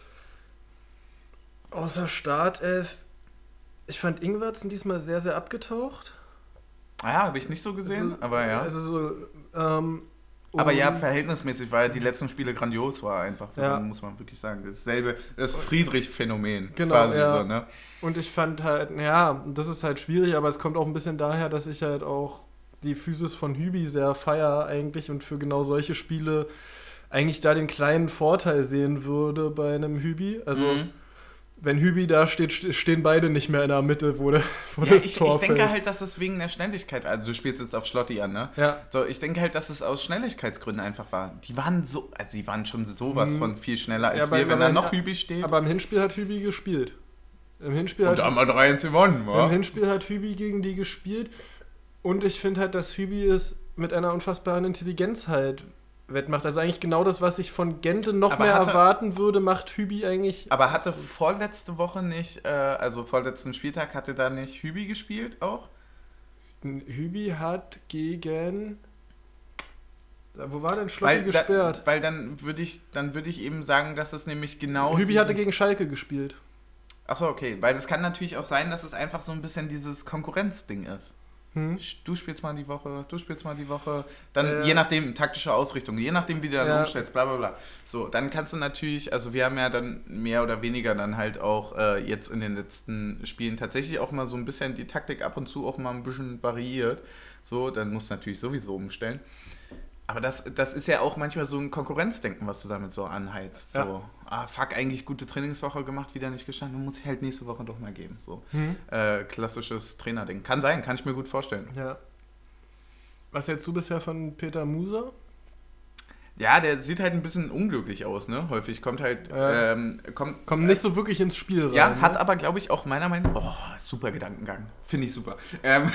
Außer Startelf, ich fand Ingwertsen diesmal sehr, sehr abgetaucht. Ja, habe ich nicht so gesehen, Also, aber ja. Also so, aber ja, verhältnismäßig, weil die letzten Spiele grandios war einfach, Ja. muss man wirklich sagen. Dasselbe, das Friedrich-Phänomen Genau, quasi ja. so, ne? Und ich fand halt, ja, das ist halt schwierig, aber es kommt auch ein bisschen daher, dass ich halt auch die Physis von Hübi sehr feier eigentlich und für genau solche Spiele eigentlich da den kleinen Vorteil sehen würde bei einem Hübi. Also wenn Hübi da steht, stehen beide nicht mehr in der Mitte, wo das Tor ich denke fällt. halt, dass es wegen der Schnelligkeit, also du spielst jetzt auf Schlotti an, ne? Ja. So, ich denke halt, dass es aus Schnelligkeitsgründen einfach war. Die waren schon sowas von viel schneller als Ja, wenn da noch Hübi steht. Aber im Hinspiel hat Hübi gespielt. Und da haben wir 3-1 gewonnen, wa? Im Hinspiel hat Hübi gegen die gespielt. Und ich finde halt, dass Hübi es mit einer unfassbaren Intelligenz halt wettmacht. Also eigentlich genau das, was ich von Gente noch mehr erwarten würde, macht Hübi eigentlich. Aber hatte vorletzte Woche nicht, also vorletzten Spieltag, hatte da nicht Hübi gespielt auch? Hübi hat gegen... Wo war denn Schlotti gesperrt? Weil dann würde ich eben sagen, dass es nämlich genau... Hübi hatte gegen Schalke gespielt. Achso, okay. Weil das kann natürlich auch sein, dass es einfach so ein bisschen dieses Konkurrenzding ist. Du spielst mal die Woche, dann je nachdem, taktische Ausrichtung, je nachdem, wie du dann umstellst, bla bla bla. So, dann kannst du natürlich, also wir haben ja dann mehr oder weniger dann halt auch jetzt in den letzten Spielen tatsächlich auch mal so ein bisschen die Taktik ab und zu auch mal ein bisschen variiert. So, dann musst du natürlich sowieso umstellen. Aber das ist ja auch manchmal so ein Konkurrenzdenken, was du damit so anheizt. So, fuck, eigentlich gute Trainingswoche gemacht, wieder nicht gestanden, muss ich halt nächste Woche doch mal geben. So, klassisches Trainerding. Kann sein, kann ich mir gut vorstellen. Ja. Was hältst du bisher von Peter Musa? Ja, der sieht halt ein bisschen unglücklich aus, ne? Häufig kommt halt... kommt nicht so wirklich ins Spiel rein. Ja, ne? hat aber, glaube ich, auch meiner Meinung nach... super Gedankengang. Finde ich super.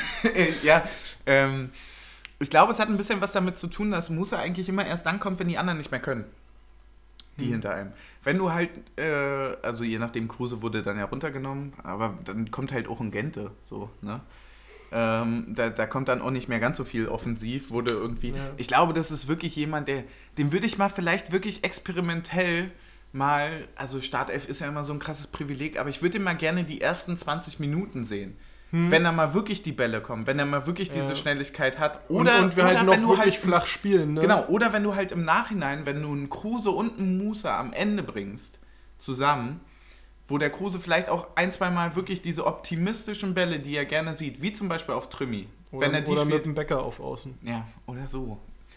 Ich glaube, es hat ein bisschen was damit zu tun, dass Musa eigentlich immer erst dann kommt, wenn die anderen nicht mehr können. Die hinter einem. Wenn du halt, also je nachdem, Kruse wurde dann ja runtergenommen, aber dann kommt halt auch ein Gente, so, ne? Da kommt dann auch nicht mehr ganz so viel offensiv, wurde irgendwie... Ja. Ich glaube, das ist wirklich jemand, den würde ich mal vielleicht wirklich experimentell mal... Also Startelf ist ja immer so ein krasses Privileg, aber ich würde ihn mal gerne die ersten 20 Minuten sehen. Wenn da mal wirklich die Bälle kommen, wenn er mal wirklich diese Schnelligkeit hat. Und wir halt noch wirklich halt flach spielen. Ne? Genau, oder wenn du halt im Nachhinein, wenn du einen Kruse und einen Musa am Ende bringst, zusammen, wo der Kruse vielleicht auch ein, zwei Mal wirklich diese optimistischen Bälle, die er gerne sieht, wie zum Beispiel auf Trimi. Oder mit dem Bäcker auf Außen. Ja, oder so.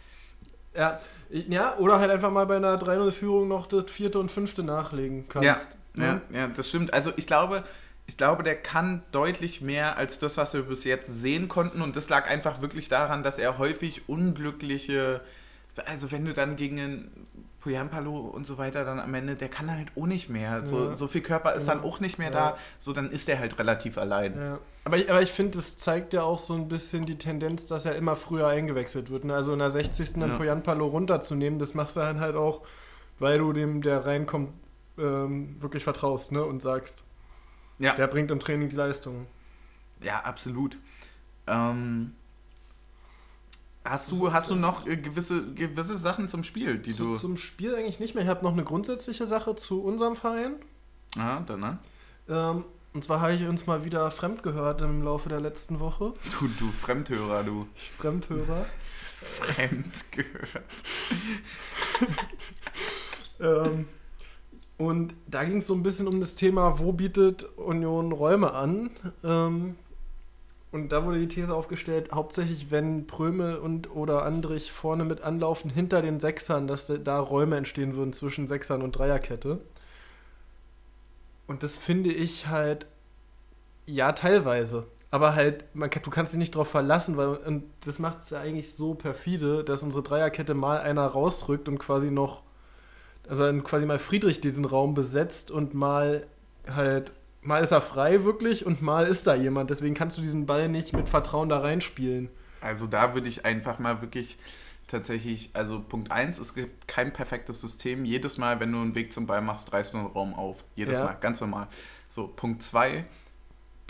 Ja, oder halt einfach mal bei einer 3-0-Führung noch das 4. und 5. nachlegen kannst. Ja, das stimmt. Also ich glaube, der kann deutlich mehr als das, was wir bis jetzt sehen konnten. Und das lag einfach wirklich daran, dass er häufig unglückliche... Also wenn du dann gegen einen Poyampalo und so weiter dann am Ende, der kann halt auch nicht mehr. So viel Körper ist dann auch nicht mehr da. So, dann ist er halt relativ allein. Ja. Aber ich finde, das zeigt ja auch so ein bisschen die Tendenz, dass er immer früher eingewechselt wird. Ne? Also in der 60. dann Poyampalo runterzunehmen, das machst du dann halt auch, weil du dem, der reinkommt, wirklich vertraust, ne? Und sagst... Ja. Der bringt im Training die Leistung. Ja, absolut. Hast du noch gewisse Sachen zum Spiel, die du... Zum Spiel eigentlich nicht mehr. Ich habe noch eine grundsätzliche Sache zu unserem Verein. Ah, dann, ne? Und zwar habe ich uns mal wieder fremdgehört im Laufe der letzten Woche. Du Fremdhörer, du. Fremdhörer. Fremdgehört. Und da ging es so ein bisschen um das Thema, wo bietet Union Räume an? Und da wurde die These aufgestellt, hauptsächlich wenn Prömel oder Andrich vorne mit anlaufen, hinter den Sechsern, dass da Räume entstehen würden zwischen Sechsern und Dreierkette. Und das finde ich halt, ja, teilweise. Aber halt, du kannst dich nicht drauf verlassen, und das macht es ja eigentlich so perfide, dass unsere Dreierkette mal einer rausrückt und quasi noch... Also dann quasi mal Friedrich diesen Raum besetzt und mal ist er frei wirklich und mal ist da jemand. Deswegen kannst du diesen Ball nicht mit Vertrauen da reinspielen. Also da würde ich einfach mal wirklich tatsächlich, also Punkt 1, es gibt kein perfektes System. Jedes Mal, wenn du einen Weg zum Ball machst, reißt du einen Raum auf. Jedes Mal, ganz normal. So, Punkt 2,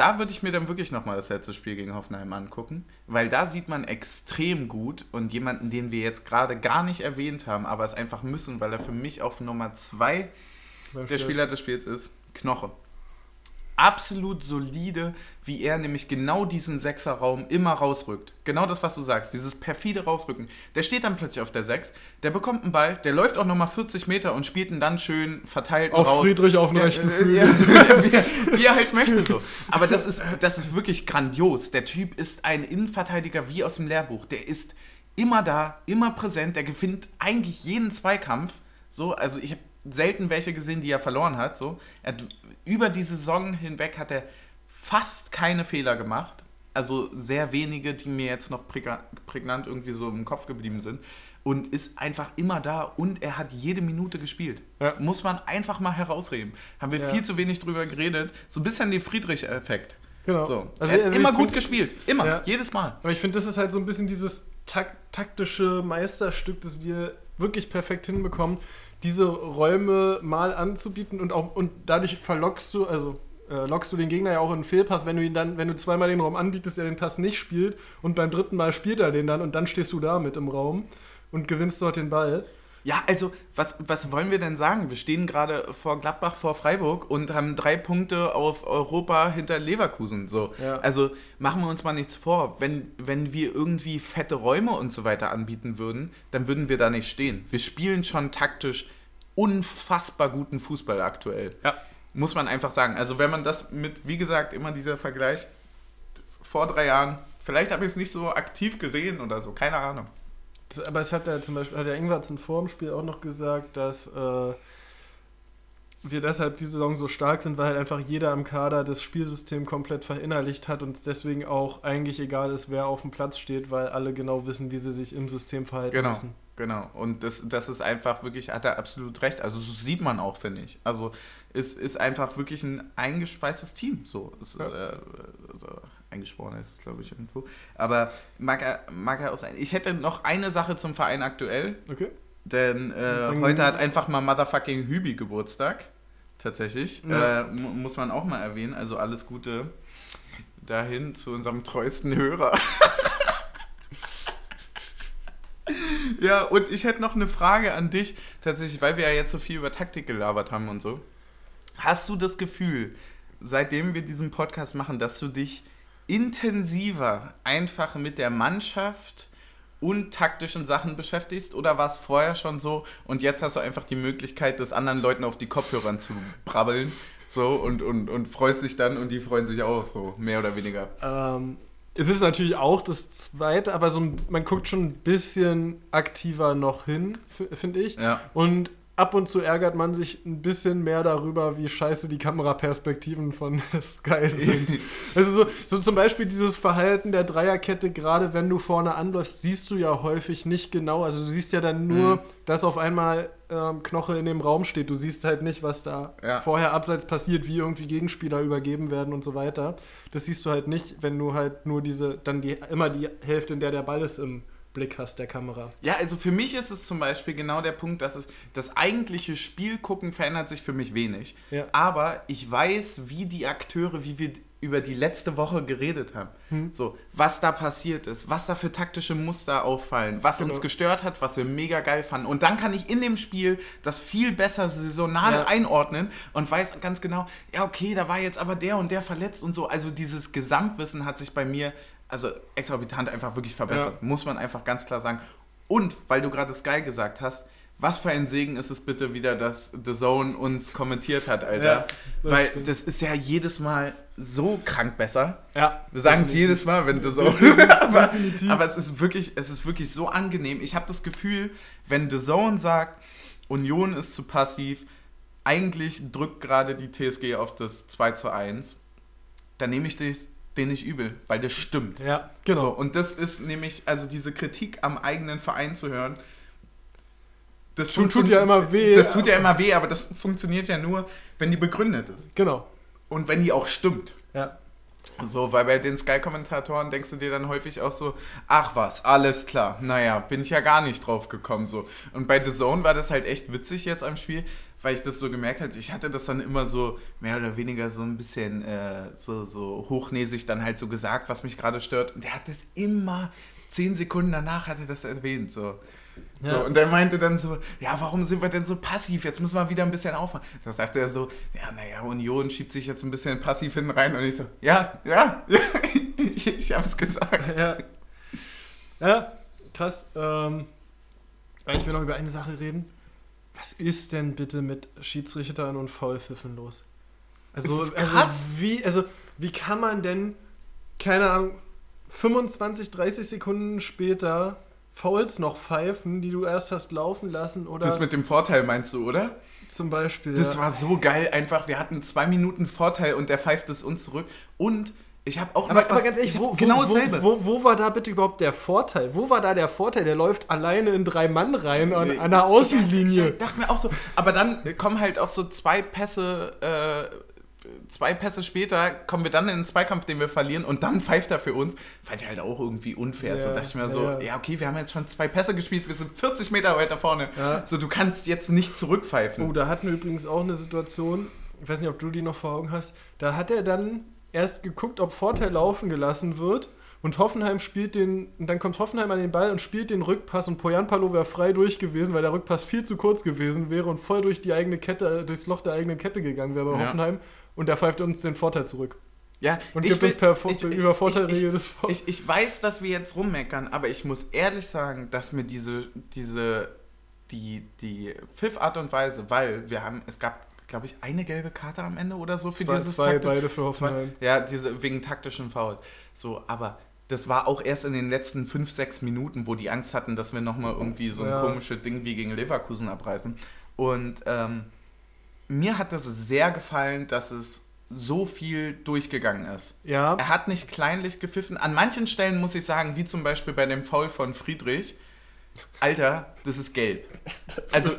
da würde ich mir dann wirklich nochmal das letzte Spiel gegen Hoffenheim angucken, weil da sieht man extrem gut und jemanden, den wir jetzt gerade gar nicht erwähnt haben, aber es einfach müssen, weil er für mich auf Nummer 2 der Spieler des Spiels ist, Knoche. Absolut solide, wie er nämlich genau diesen Sechserraum immer rausrückt. Genau das, was du sagst, dieses perfide Rausrücken. Der steht dann plötzlich auf der 6, der bekommt einen Ball, der läuft auch nochmal 40 Meter und spielt ihn dann schön verteilt auf raus. Friedrich auf den rechten Flügel. Wie er halt möchte so. Aber das ist wirklich grandios. Der Typ ist ein Innenverteidiger wie aus dem Lehrbuch. Der ist immer da, immer präsent, der gewinnt eigentlich jeden Zweikampf. So, also ich habe selten welche gesehen, die er verloren hat. So. Über die Saison hinweg hat er fast keine Fehler gemacht. Also sehr wenige, die mir jetzt noch prägnant irgendwie so im Kopf geblieben sind. Und ist einfach immer da und er hat jede Minute gespielt. Ja. Muss man einfach mal herausheben. Haben wir viel zu wenig drüber geredet. So ein bisschen den Friedrich-Effekt. Genau. So. Also er hat immer gut gespielt. Immer. Jedes Mal. Aber ich finde, das ist halt so ein bisschen dieses taktische Meisterstück, das wir wirklich perfekt hinbekommen, diese Räume mal anzubieten und dadurch lockst du den Gegner ja auch in einen Fehlpass, wenn du zweimal den Raum anbietest, der den Pass nicht spielt und beim dritten Mal spielt er den dann und dann stehst du da mit im Raum und gewinnst dort den Ball. Ja, also, was wollen wir denn sagen? Wir stehen gerade vor Gladbach, vor Freiburg und haben 3 Punkte auf Europa hinter Leverkusen. So. Ja. Also, machen wir uns mal nichts vor. Wenn wir irgendwie fette Räume und so weiter anbieten würden, dann würden wir da nicht stehen. Wir spielen schon taktisch unfassbar guten Fußball aktuell. Ja. Muss man einfach sagen. Also, wenn man das mit, wie gesagt, immer dieser Vergleich vor 3 Jahren, vielleicht habe ich es nicht so aktiv gesehen oder so, keine Ahnung. Aber es hat ja zum Beispiel, Ingwertsen vor dem Spiel auch noch gesagt, dass wir deshalb diese Saison so stark sind, weil halt einfach jeder im Kader das Spielsystem komplett verinnerlicht hat und es deswegen auch eigentlich egal ist, wer auf dem Platz steht, weil alle genau wissen, wie sie sich im System verhalten müssen. Genau. Und das ist einfach wirklich, hat er absolut recht. Also so sieht man auch, finde ich. Also es ist einfach wirklich ein eingespeistes Team. So. Eingeschworen ist, glaube ich, irgendwo. Aber mag er auch sein. Ich hätte noch eine Sache zum Verein aktuell. Okay. Denn heute hat einfach mal Motherfucking Hübi Geburtstag. Tatsächlich. Ja. Muss man auch mal erwähnen. Also alles Gute dahin zu unserem treuesten Hörer. Ja, und ich hätte noch eine Frage an dich, tatsächlich, weil wir ja jetzt so viel über Taktik gelabert haben und so. Hast du das Gefühl, seitdem wir diesen Podcast machen, dass du dich intensiver einfach mit der Mannschaft und taktischen Sachen beschäftigst, oder war es vorher schon so und jetzt hast du einfach die Möglichkeit, das anderen Leuten auf die Kopfhörer zu brabbeln so und freust dich dann und die freuen sich auch so, mehr oder weniger? Es ist natürlich auch das Zweite, aber man guckt schon ein bisschen aktiver noch hin, finde ich. Ja. Und ab und zu ärgert man sich ein bisschen mehr darüber, wie scheiße die Kameraperspektiven von Sky sind. Also so zum Beispiel dieses Verhalten der Dreierkette, gerade wenn du vorne anläufst, siehst du ja häufig nicht genau. Also du siehst ja dann nur, dass auf einmal Knoche in dem Raum steht. Du siehst halt nicht, was da vorher abseits passiert, wie irgendwie Gegenspieler übergeben werden und so weiter. Das siehst du halt nicht, wenn du halt nur immer die Hälfte, in der der Ball ist, im Blick hast der Kamera. Ja, also für mich ist es zum Beispiel genau der Punkt, dass das eigentliche Spielgucken verändert sich für mich wenig. Ja. Aber ich weiß, wie die Akteure, wie wir über die letzte Woche geredet haben. So, was da passiert ist, was da für taktische Muster auffallen, was uns gestört hat, was wir mega geil fanden. Und dann kann ich in dem Spiel das viel besser saisonal einordnen und weiß ganz genau, ja okay, da war jetzt aber der und der verletzt und so. Also dieses Gesamtwissen hat sich bei mir exorbitant einfach wirklich verbessert, muss man einfach ganz klar sagen. Und, weil du gerade Sky gesagt hast, was für ein Segen ist es bitte wieder, dass The Zone uns kommentiert hat, Alter. Ja, weil stimmt. Das ist ja jedes Mal so krank besser. Ja, wir sagen es jedes Mal, wenn The Zone... aber es ist wirklich so angenehm. Ich habe das Gefühl, wenn The Zone sagt, Union ist zu passiv, eigentlich drückt gerade die TSG auf das 2:1, dann nehme ich den nicht übel, weil das stimmt. Ja, genau. So, und das ist nämlich, also diese Kritik am eigenen Verein zu hören, das tut ja immer weh. Das tut ja immer weh, aber das funktioniert ja nur, wenn die begründet ist. Genau. Und wenn die auch stimmt. Ja. So, weil bei den Sky-Kommentatoren denkst du dir dann häufig auch so, ach was, alles klar, naja, bin ich ja gar nicht drauf gekommen. So. Und bei The Zone war das halt echt witzig jetzt am Spiel, weil ich das so gemerkt hatte, ich hatte das dann immer so mehr oder weniger so ein bisschen so hochnäsig dann halt so gesagt, was mich gerade stört. Und der hat das immer 10 Sekunden danach hat er das erwähnt. So. Ja. So, und er meinte dann so, ja, warum sind wir denn so passiv? Jetzt müssen wir wieder ein bisschen aufmachen. Da sagte er so, ja, naja, Union schiebt sich jetzt ein bisschen passiv hinten rein. Und ich so, ja, ich hab's gesagt. Ja, krass. Ich will noch über eine Sache reden. Was ist denn bitte mit Schiedsrichtern und Foulpfiffen los? Also, das ist krass. Wie kann man denn, keine Ahnung, 25, 30 Sekunden später Fouls noch pfeifen, die du erst hast laufen lassen? Oder Das mit dem Vorteil meinst du, oder? Zum Beispiel. Das war so geil einfach. Wir hatten 2 Minuten Vorteil und der pfeift es uns zurück. Und ich habe auch aber ganz ehrlich, wo war da bitte überhaupt der Vorteil? Wo war da der Vorteil? Der läuft alleine in 3 Mann rein an der Außenlinie. Ich dachte mir auch so. Aber dann kommen halt auch so 2 Pässe später kommen wir dann in einen Zweikampf, den wir verlieren und dann pfeift er für uns. Fand ich halt auch irgendwie unfair. So dachte ich mir so, ja okay, wir haben jetzt schon 2 Pässe gespielt, wir sind 40 Meter weiter vorne. Ja. So, du kannst jetzt nicht zurückpfeifen. Oh, da hatten wir übrigens auch eine Situation, ich weiß nicht, ob du die noch vor Augen hast, da hat er dann erst geguckt, ob Vorteil laufen gelassen wird und Hoffenheim und dann kommt Hoffenheim an den Ball und spielt den Rückpass und Poyanpalo wäre frei durch gewesen, weil der Rückpass viel zu kurz gewesen wäre und voll durch die eigene Kette, durchs Loch der eigenen Kette gegangen wäre bei Hoffenheim. Und der pfeift uns den Vorteil zurück. Ja, und gibt uns über Vorteilregel des Vorteils. Ich weiß, dass wir jetzt rummeckern, aber ich muss ehrlich sagen, dass mir die Pfiffart und Weise, weil es gab, glaube ich, eine gelbe Karte am Ende oder so für dieses beide für Hoffenheim. Ja, wegen taktischen Fouls. So, aber das war auch erst in den letzten 5, 6 Minuten, wo die Angst hatten, dass wir nochmal irgendwie so ein komisches Ding wie gegen Leverkusen abreißen. Und mir hat das sehr gefallen, dass es so viel durchgegangen ist. Ja. Er hat nicht kleinlich gepfiffen. An manchen Stellen muss ich sagen, wie zum Beispiel bei dem Foul von Friedrich, Alter, das ist gelb. Das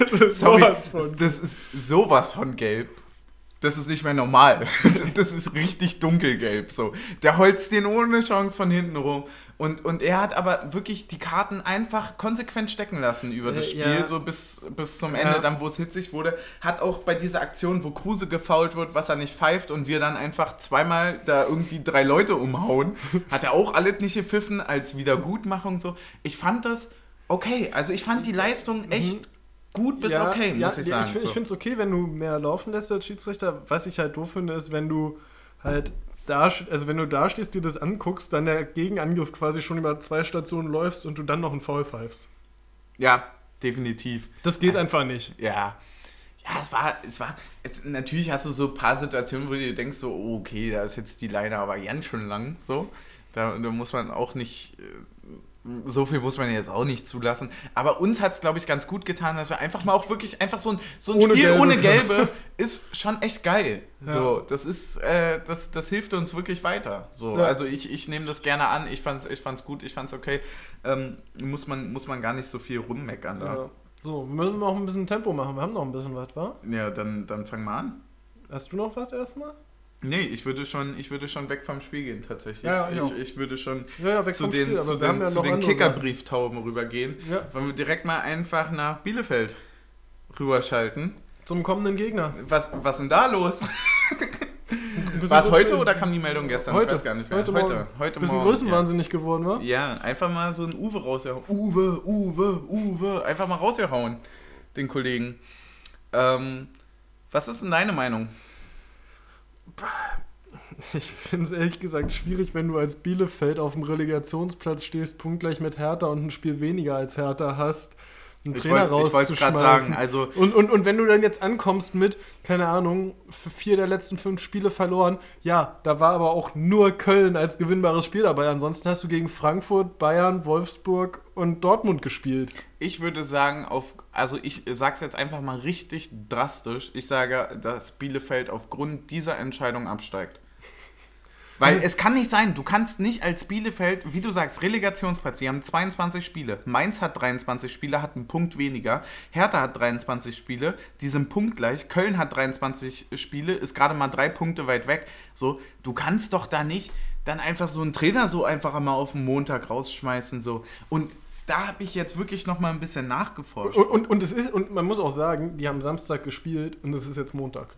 ist sowas von gelb. Das ist nicht mehr normal. Das ist richtig dunkelgelb. So. Der holzt den ohne Chance von hinten rum. Und er hat aber wirklich die Karten einfach konsequent stecken lassen über das Spiel, so bis zum Ende, dann wo es hitzig wurde. Hat auch bei dieser Aktion, wo Kruse gefoult wird, was er nicht pfeift und wir dann einfach zweimal da irgendwie 3 Leute umhauen, hat er auch alles nicht gepfiffen als Wiedergutmachung. So. Ich fand das okay. Also ich fand die Leistung echt gut bis okay, muss ich sagen. Ich finde es okay, wenn du mehr laufen lässt als Schiedsrichter. Was ich halt doof finde, ist, wenn du halt wenn du da stehst, dir das anguckst, dann der Gegenangriff quasi schon über 2 Stationen läufst und du dann noch einen Foul pfeifst. Ja, definitiv. Das geht einfach nicht. Ja. Ja, natürlich hast du so ein paar Situationen, wo du dir denkst, so, oh, okay, da ist jetzt die Leine aber ganz schön lang, so. Da muss man auch nicht... So viel muss man jetzt auch nicht zulassen. Aber uns hat es, glaube ich, ganz gut getan, dass wir einfach mal auch wirklich einfach so ein Spiel ohne Gelbe ist schon echt geil. Ja. So, das ist, das hilft uns wirklich weiter. So, also ich nehme das gerne an. Ich fand's gut, ich fand's okay. Muss man gar nicht so viel rummeckern da. Ja. So, wir müssen noch ein bisschen Tempo machen. Wir haben noch ein bisschen was, wa? Ja, dann fang mal an. Hast du noch was erstmal? Nee, ich würde schon weg vom Spiel gehen, tatsächlich. Ja, ich würde schon zu den Kickerbrieftauben rübergehen. Ja. Wollen wir direkt mal einfach nach Bielefeld rüberschalten. Zum kommenden Gegner. Was ist denn da los? War es heute oder kam die Meldung gestern? Heute. Ich weiß gar nicht mehr. Heute bisschen größenwahnsinnig geworden, wa? Ja, einfach mal so ein Uwe rausgehauen. Uwe. Einfach mal rausgehauen, den Kollegen. Was ist denn deine Meinung? Ich finde es ehrlich gesagt schwierig, wenn du als Bielefeld auf dem Relegationsplatz stehst, punktgleich mit Hertha und ein Spiel weniger als Hertha hast, einen Trainer rauszuschmeißen. Ich wollte es gerade sagen. Also und wenn du dann jetzt ankommst mit, keine Ahnung, für 4 der letzten 5 Spiele verloren, ja, da war aber auch nur Köln als gewinnbares Spiel dabei. Ansonsten hast du gegen Frankfurt, Bayern, Wolfsburg und Dortmund gespielt. Ich würde sagen, ich sage es jetzt einfach mal richtig drastisch, ich sage, dass Bielefeld aufgrund dieser Entscheidung absteigt. Weil es kann nicht sein, du kannst nicht als Bielefeld, wie du sagst, Relegationsplatz, sie haben 22 Spiele, Mainz hat 23 Spiele, hat einen Punkt weniger, Hertha hat 23 Spiele, die sind punktgleich, Köln hat 23 Spiele, ist gerade mal 3 Punkte weit weg, so, du kannst doch da nicht dann einfach so einen Trainer so einfach mal auf den Montag rausschmeißen, so, und da habe ich jetzt wirklich noch mal ein bisschen nachgeforscht. Und man muss auch sagen, die haben Samstag gespielt und es ist jetzt Montag.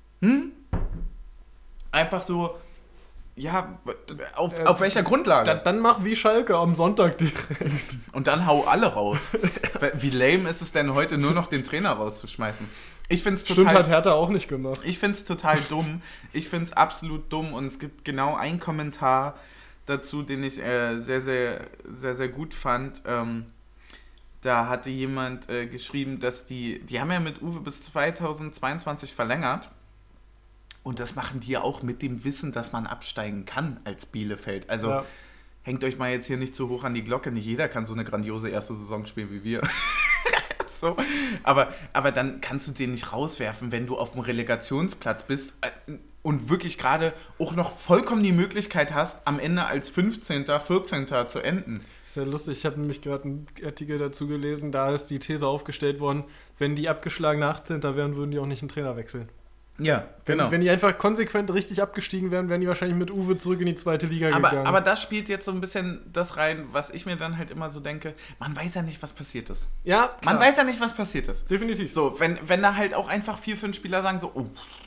Einfach so, ja, auf welcher Grundlage? Dann mach wie Schalke am Sonntag direkt. Und dann hau alle raus. Wie lame ist es denn heute, nur noch den Trainer rauszuschmeißen? Ich finde es total... Stimmt, hat Hertha auch nicht gemacht. Ich finde es total dumm. Ich finde es absolut dumm. Und es gibt genau einen Kommentar dazu, den ich sehr, sehr, sehr, sehr gut fand. Da hatte jemand geschrieben, dass die haben ja mit Uwe bis 2022 verlängert. Und das machen die ja auch mit dem Wissen, dass man absteigen kann als Bielefeld. Also hängt euch mal jetzt hier nicht zu hoch an die Glocke. Nicht jeder kann so eine grandiose erste Saison spielen wie wir. So. Aber dann kannst du den nicht rauswerfen, wenn du auf dem Relegationsplatz bist und wirklich gerade auch noch vollkommen die Möglichkeit hast, am Ende als 15., 14. zu enden. Ist ja lustig, ich habe nämlich gerade einen Artikel dazu gelesen, da ist die These aufgestellt worden, wenn die abgeschlagen 18. wären, würden die auch nicht einen Trainer wechseln. Ja, genau. Wenn die einfach konsequent richtig abgestiegen wären, wären die wahrscheinlich mit Uwe zurück in die zweite Liga gegangen. Aber das spielt jetzt so ein bisschen das rein, was ich mir dann halt immer so denke, man weiß ja nicht, was passiert ist. Ja, klar. Man weiß ja nicht, was passiert ist. Definitiv. So, wenn da halt auch einfach 4, 5 Spieler sagen so, oh,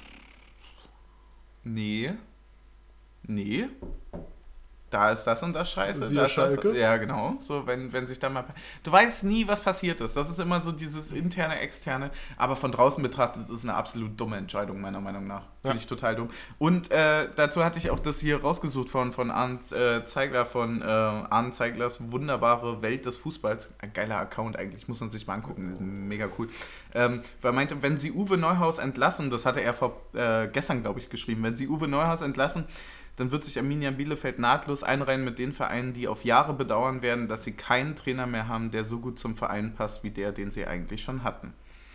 nee, da ist das und das scheiße. Siehe Schalke. Ja, genau. So, wenn sich da mal... Du weißt nie, was passiert ist. Das ist immer so dieses interne, externe. Aber von draußen betrachtet ist es eine absolut dumme Entscheidung, meiner Meinung nach. Finde ich total dumm. Und dazu hatte ich auch das hier rausgesucht von Arndt Zeigler, von Arndt Zeiglers wunderbare Welt des Fußballs. Ein geiler Account eigentlich, muss man sich mal angucken. Das ist mega cool. Weil er meinte, wenn sie Uwe Neuhaus entlassen, das hatte er gestern, glaube ich, geschrieben, wenn sie Uwe Neuhaus entlassen, dann wird sich Arminia Bielefeld nahtlos einreihen mit den Vereinen, die auf Jahre bedauern werden, dass sie keinen Trainer mehr haben, der so gut zum Verein passt, wie der, den sie eigentlich schon hatten.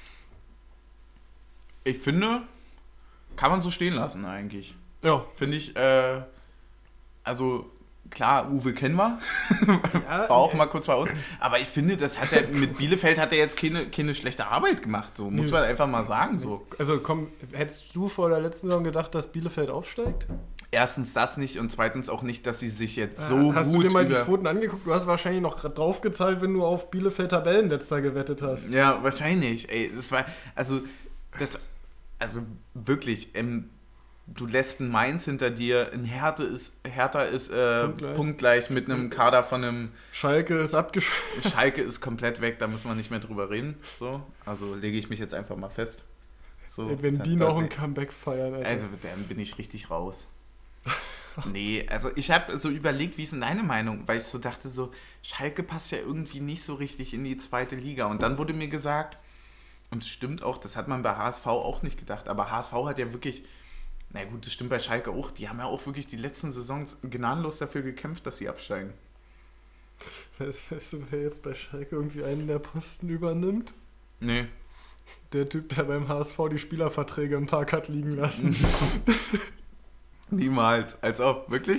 Ich finde, kann man so stehen lassen eigentlich. Ja. Finde ich, also klar, Uwe kennen wir, Ja, war auch mal kurz bei uns, aber ich finde, das hat er, mit Bielefeld hat er jetzt keine schlechte Arbeit gemacht, so muss man einfach mal sagen. So. Also komm, hättest du vor der letzten Saison gedacht, dass Bielefeld aufsteigt? Erstens das nicht und zweitens auch nicht, dass sie sich jetzt so hast gut... du dir mal die Quoten angeguckt? Du hast wahrscheinlich noch draufgezahlt, wenn du auf Bielefeld Tabellenletzter gewettet hast. Ja, wahrscheinlich. Ey, das war... Also wirklich, du lässt einen Mainz hinter dir, ein Hertha ist punktgleich mit einem Kader von einem... Schalke ist abgeschlossen. Schalke ist komplett weg, da müssen wir nicht mehr drüber reden. So, also lege ich mich jetzt einfach mal fest. So, wenn die noch ein Comeback feiern, Alter. Also dann bin ich richtig raus. Nee, also ich habe so überlegt, wie ist denn deine Meinung? Weil ich so dachte so, Schalke passt ja irgendwie nicht so richtig in die zweite Liga. Und dann wurde mir gesagt, und es stimmt auch, das hat man bei HSV auch nicht gedacht, aber HSV hat ja wirklich, na gut, das stimmt bei Schalke auch, die haben ja auch wirklich die letzten Saisons gnadenlos dafür gekämpft, dass sie absteigen. Weißt du, wer jetzt bei Schalke irgendwie einen der Posten übernimmt? Nee. Der Typ, der beim HSV die Spielerverträge im Park hat liegen lassen. Niemals. Als ob. Wirklich?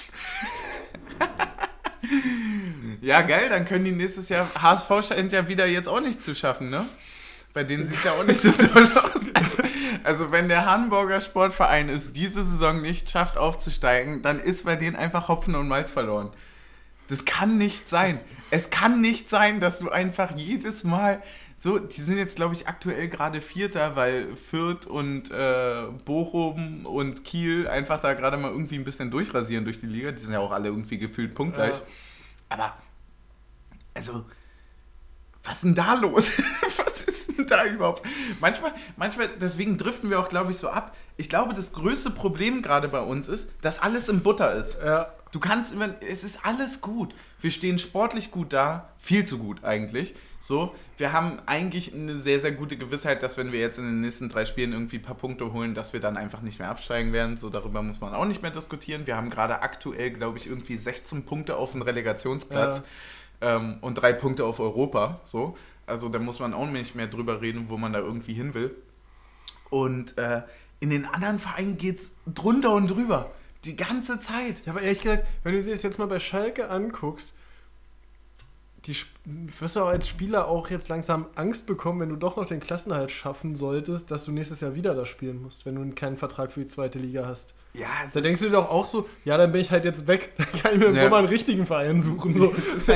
Ja, geil, dann können die nächstes Jahr... HSV scheint ja wieder jetzt auch nicht zu schaffen, ne? Bei denen sieht es ja auch nicht so toll aus. Also wenn der Hamburger Sportverein es diese Saison nicht schafft aufzusteigen, dann ist bei denen einfach Hopfen und Malz verloren. Das kann nicht sein. Es kann nicht sein, dass du einfach jedes Mal... So, die sind jetzt, glaube ich, aktuell gerade Vierter, weil Fürth und Bochum und Kiel einfach da gerade mal irgendwie ein bisschen durchrasieren durch die Liga. Die sind ja auch alle irgendwie gefühlt punktgleich. Ja. Aber, also, was ist denn da los? Was ist denn da überhaupt? Manchmal, deswegen driften wir auch, glaube ich, so ab. Ich glaube, das größte Problem gerade bei uns ist, dass alles in Butter ist. Ja. Es ist alles gut. Wir stehen sportlich gut da, viel zu gut eigentlich. So, wir haben eigentlich eine sehr, sehr gute Gewissheit, dass wenn wir jetzt in den nächsten 3 Spielen irgendwie ein paar Punkte holen, dass wir dann einfach nicht mehr absteigen werden. So, darüber muss man auch nicht mehr diskutieren. Wir haben gerade aktuell, glaube ich, irgendwie 16 Punkte auf dem Relegationsplatz und 3 Punkte auf Europa. So, also da muss man auch nicht mehr drüber reden, wo man da irgendwie hin will. Und in den anderen Vereinen geht es drunter und drüber. Die ganze Zeit. Ja, aber ehrlich gesagt, wenn du dir das jetzt mal bei Schalke anguckst, wirst du auch als Spieler auch jetzt langsam Angst bekommen, wenn du doch noch den Klassenerhalt schaffen solltest, dass du nächstes Jahr wieder da spielen musst, wenn du keinen Vertrag für die zweite Liga hast. Ja, da denkst du dir doch auch so, ja, dann bin ich halt jetzt weg, dann kann ich mir im Sommer einen richtigen Verein suchen. So.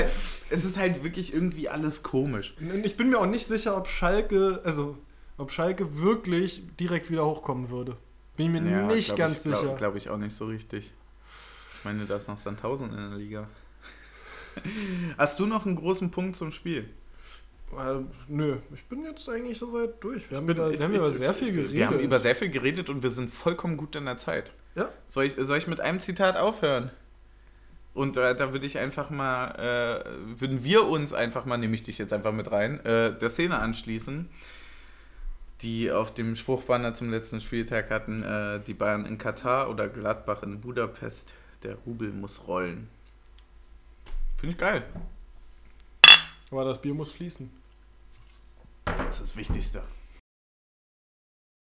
Es ist halt wirklich irgendwie alles komisch. Und ich bin mir auch nicht sicher, ob Schalke wirklich direkt wieder hochkommen würde. Bin ich mir nicht ganz sicher. Glaube ich auch nicht so richtig. Ich meine, da ist noch Sandhausen in der Liga. Hast du noch einen großen Punkt zum Spiel? Nö, ich bin jetzt eigentlich soweit durch. Wir haben über sehr viel geredet. Wir haben über sehr viel geredet und wir sind vollkommen gut in der Zeit. Ja. Soll ich mit einem Zitat aufhören? Und da würde ich einfach mal, würden wir uns einfach mal, nehme ich dich jetzt einfach mit rein, der Szene anschließen, die auf dem Spruchbanner zum letzten Spieltag hatten, die Bayern in Katar oder Gladbach in Budapest, der Rubel muss rollen. Finde ich geil. Aber das Bier muss fließen. Das ist das Wichtigste.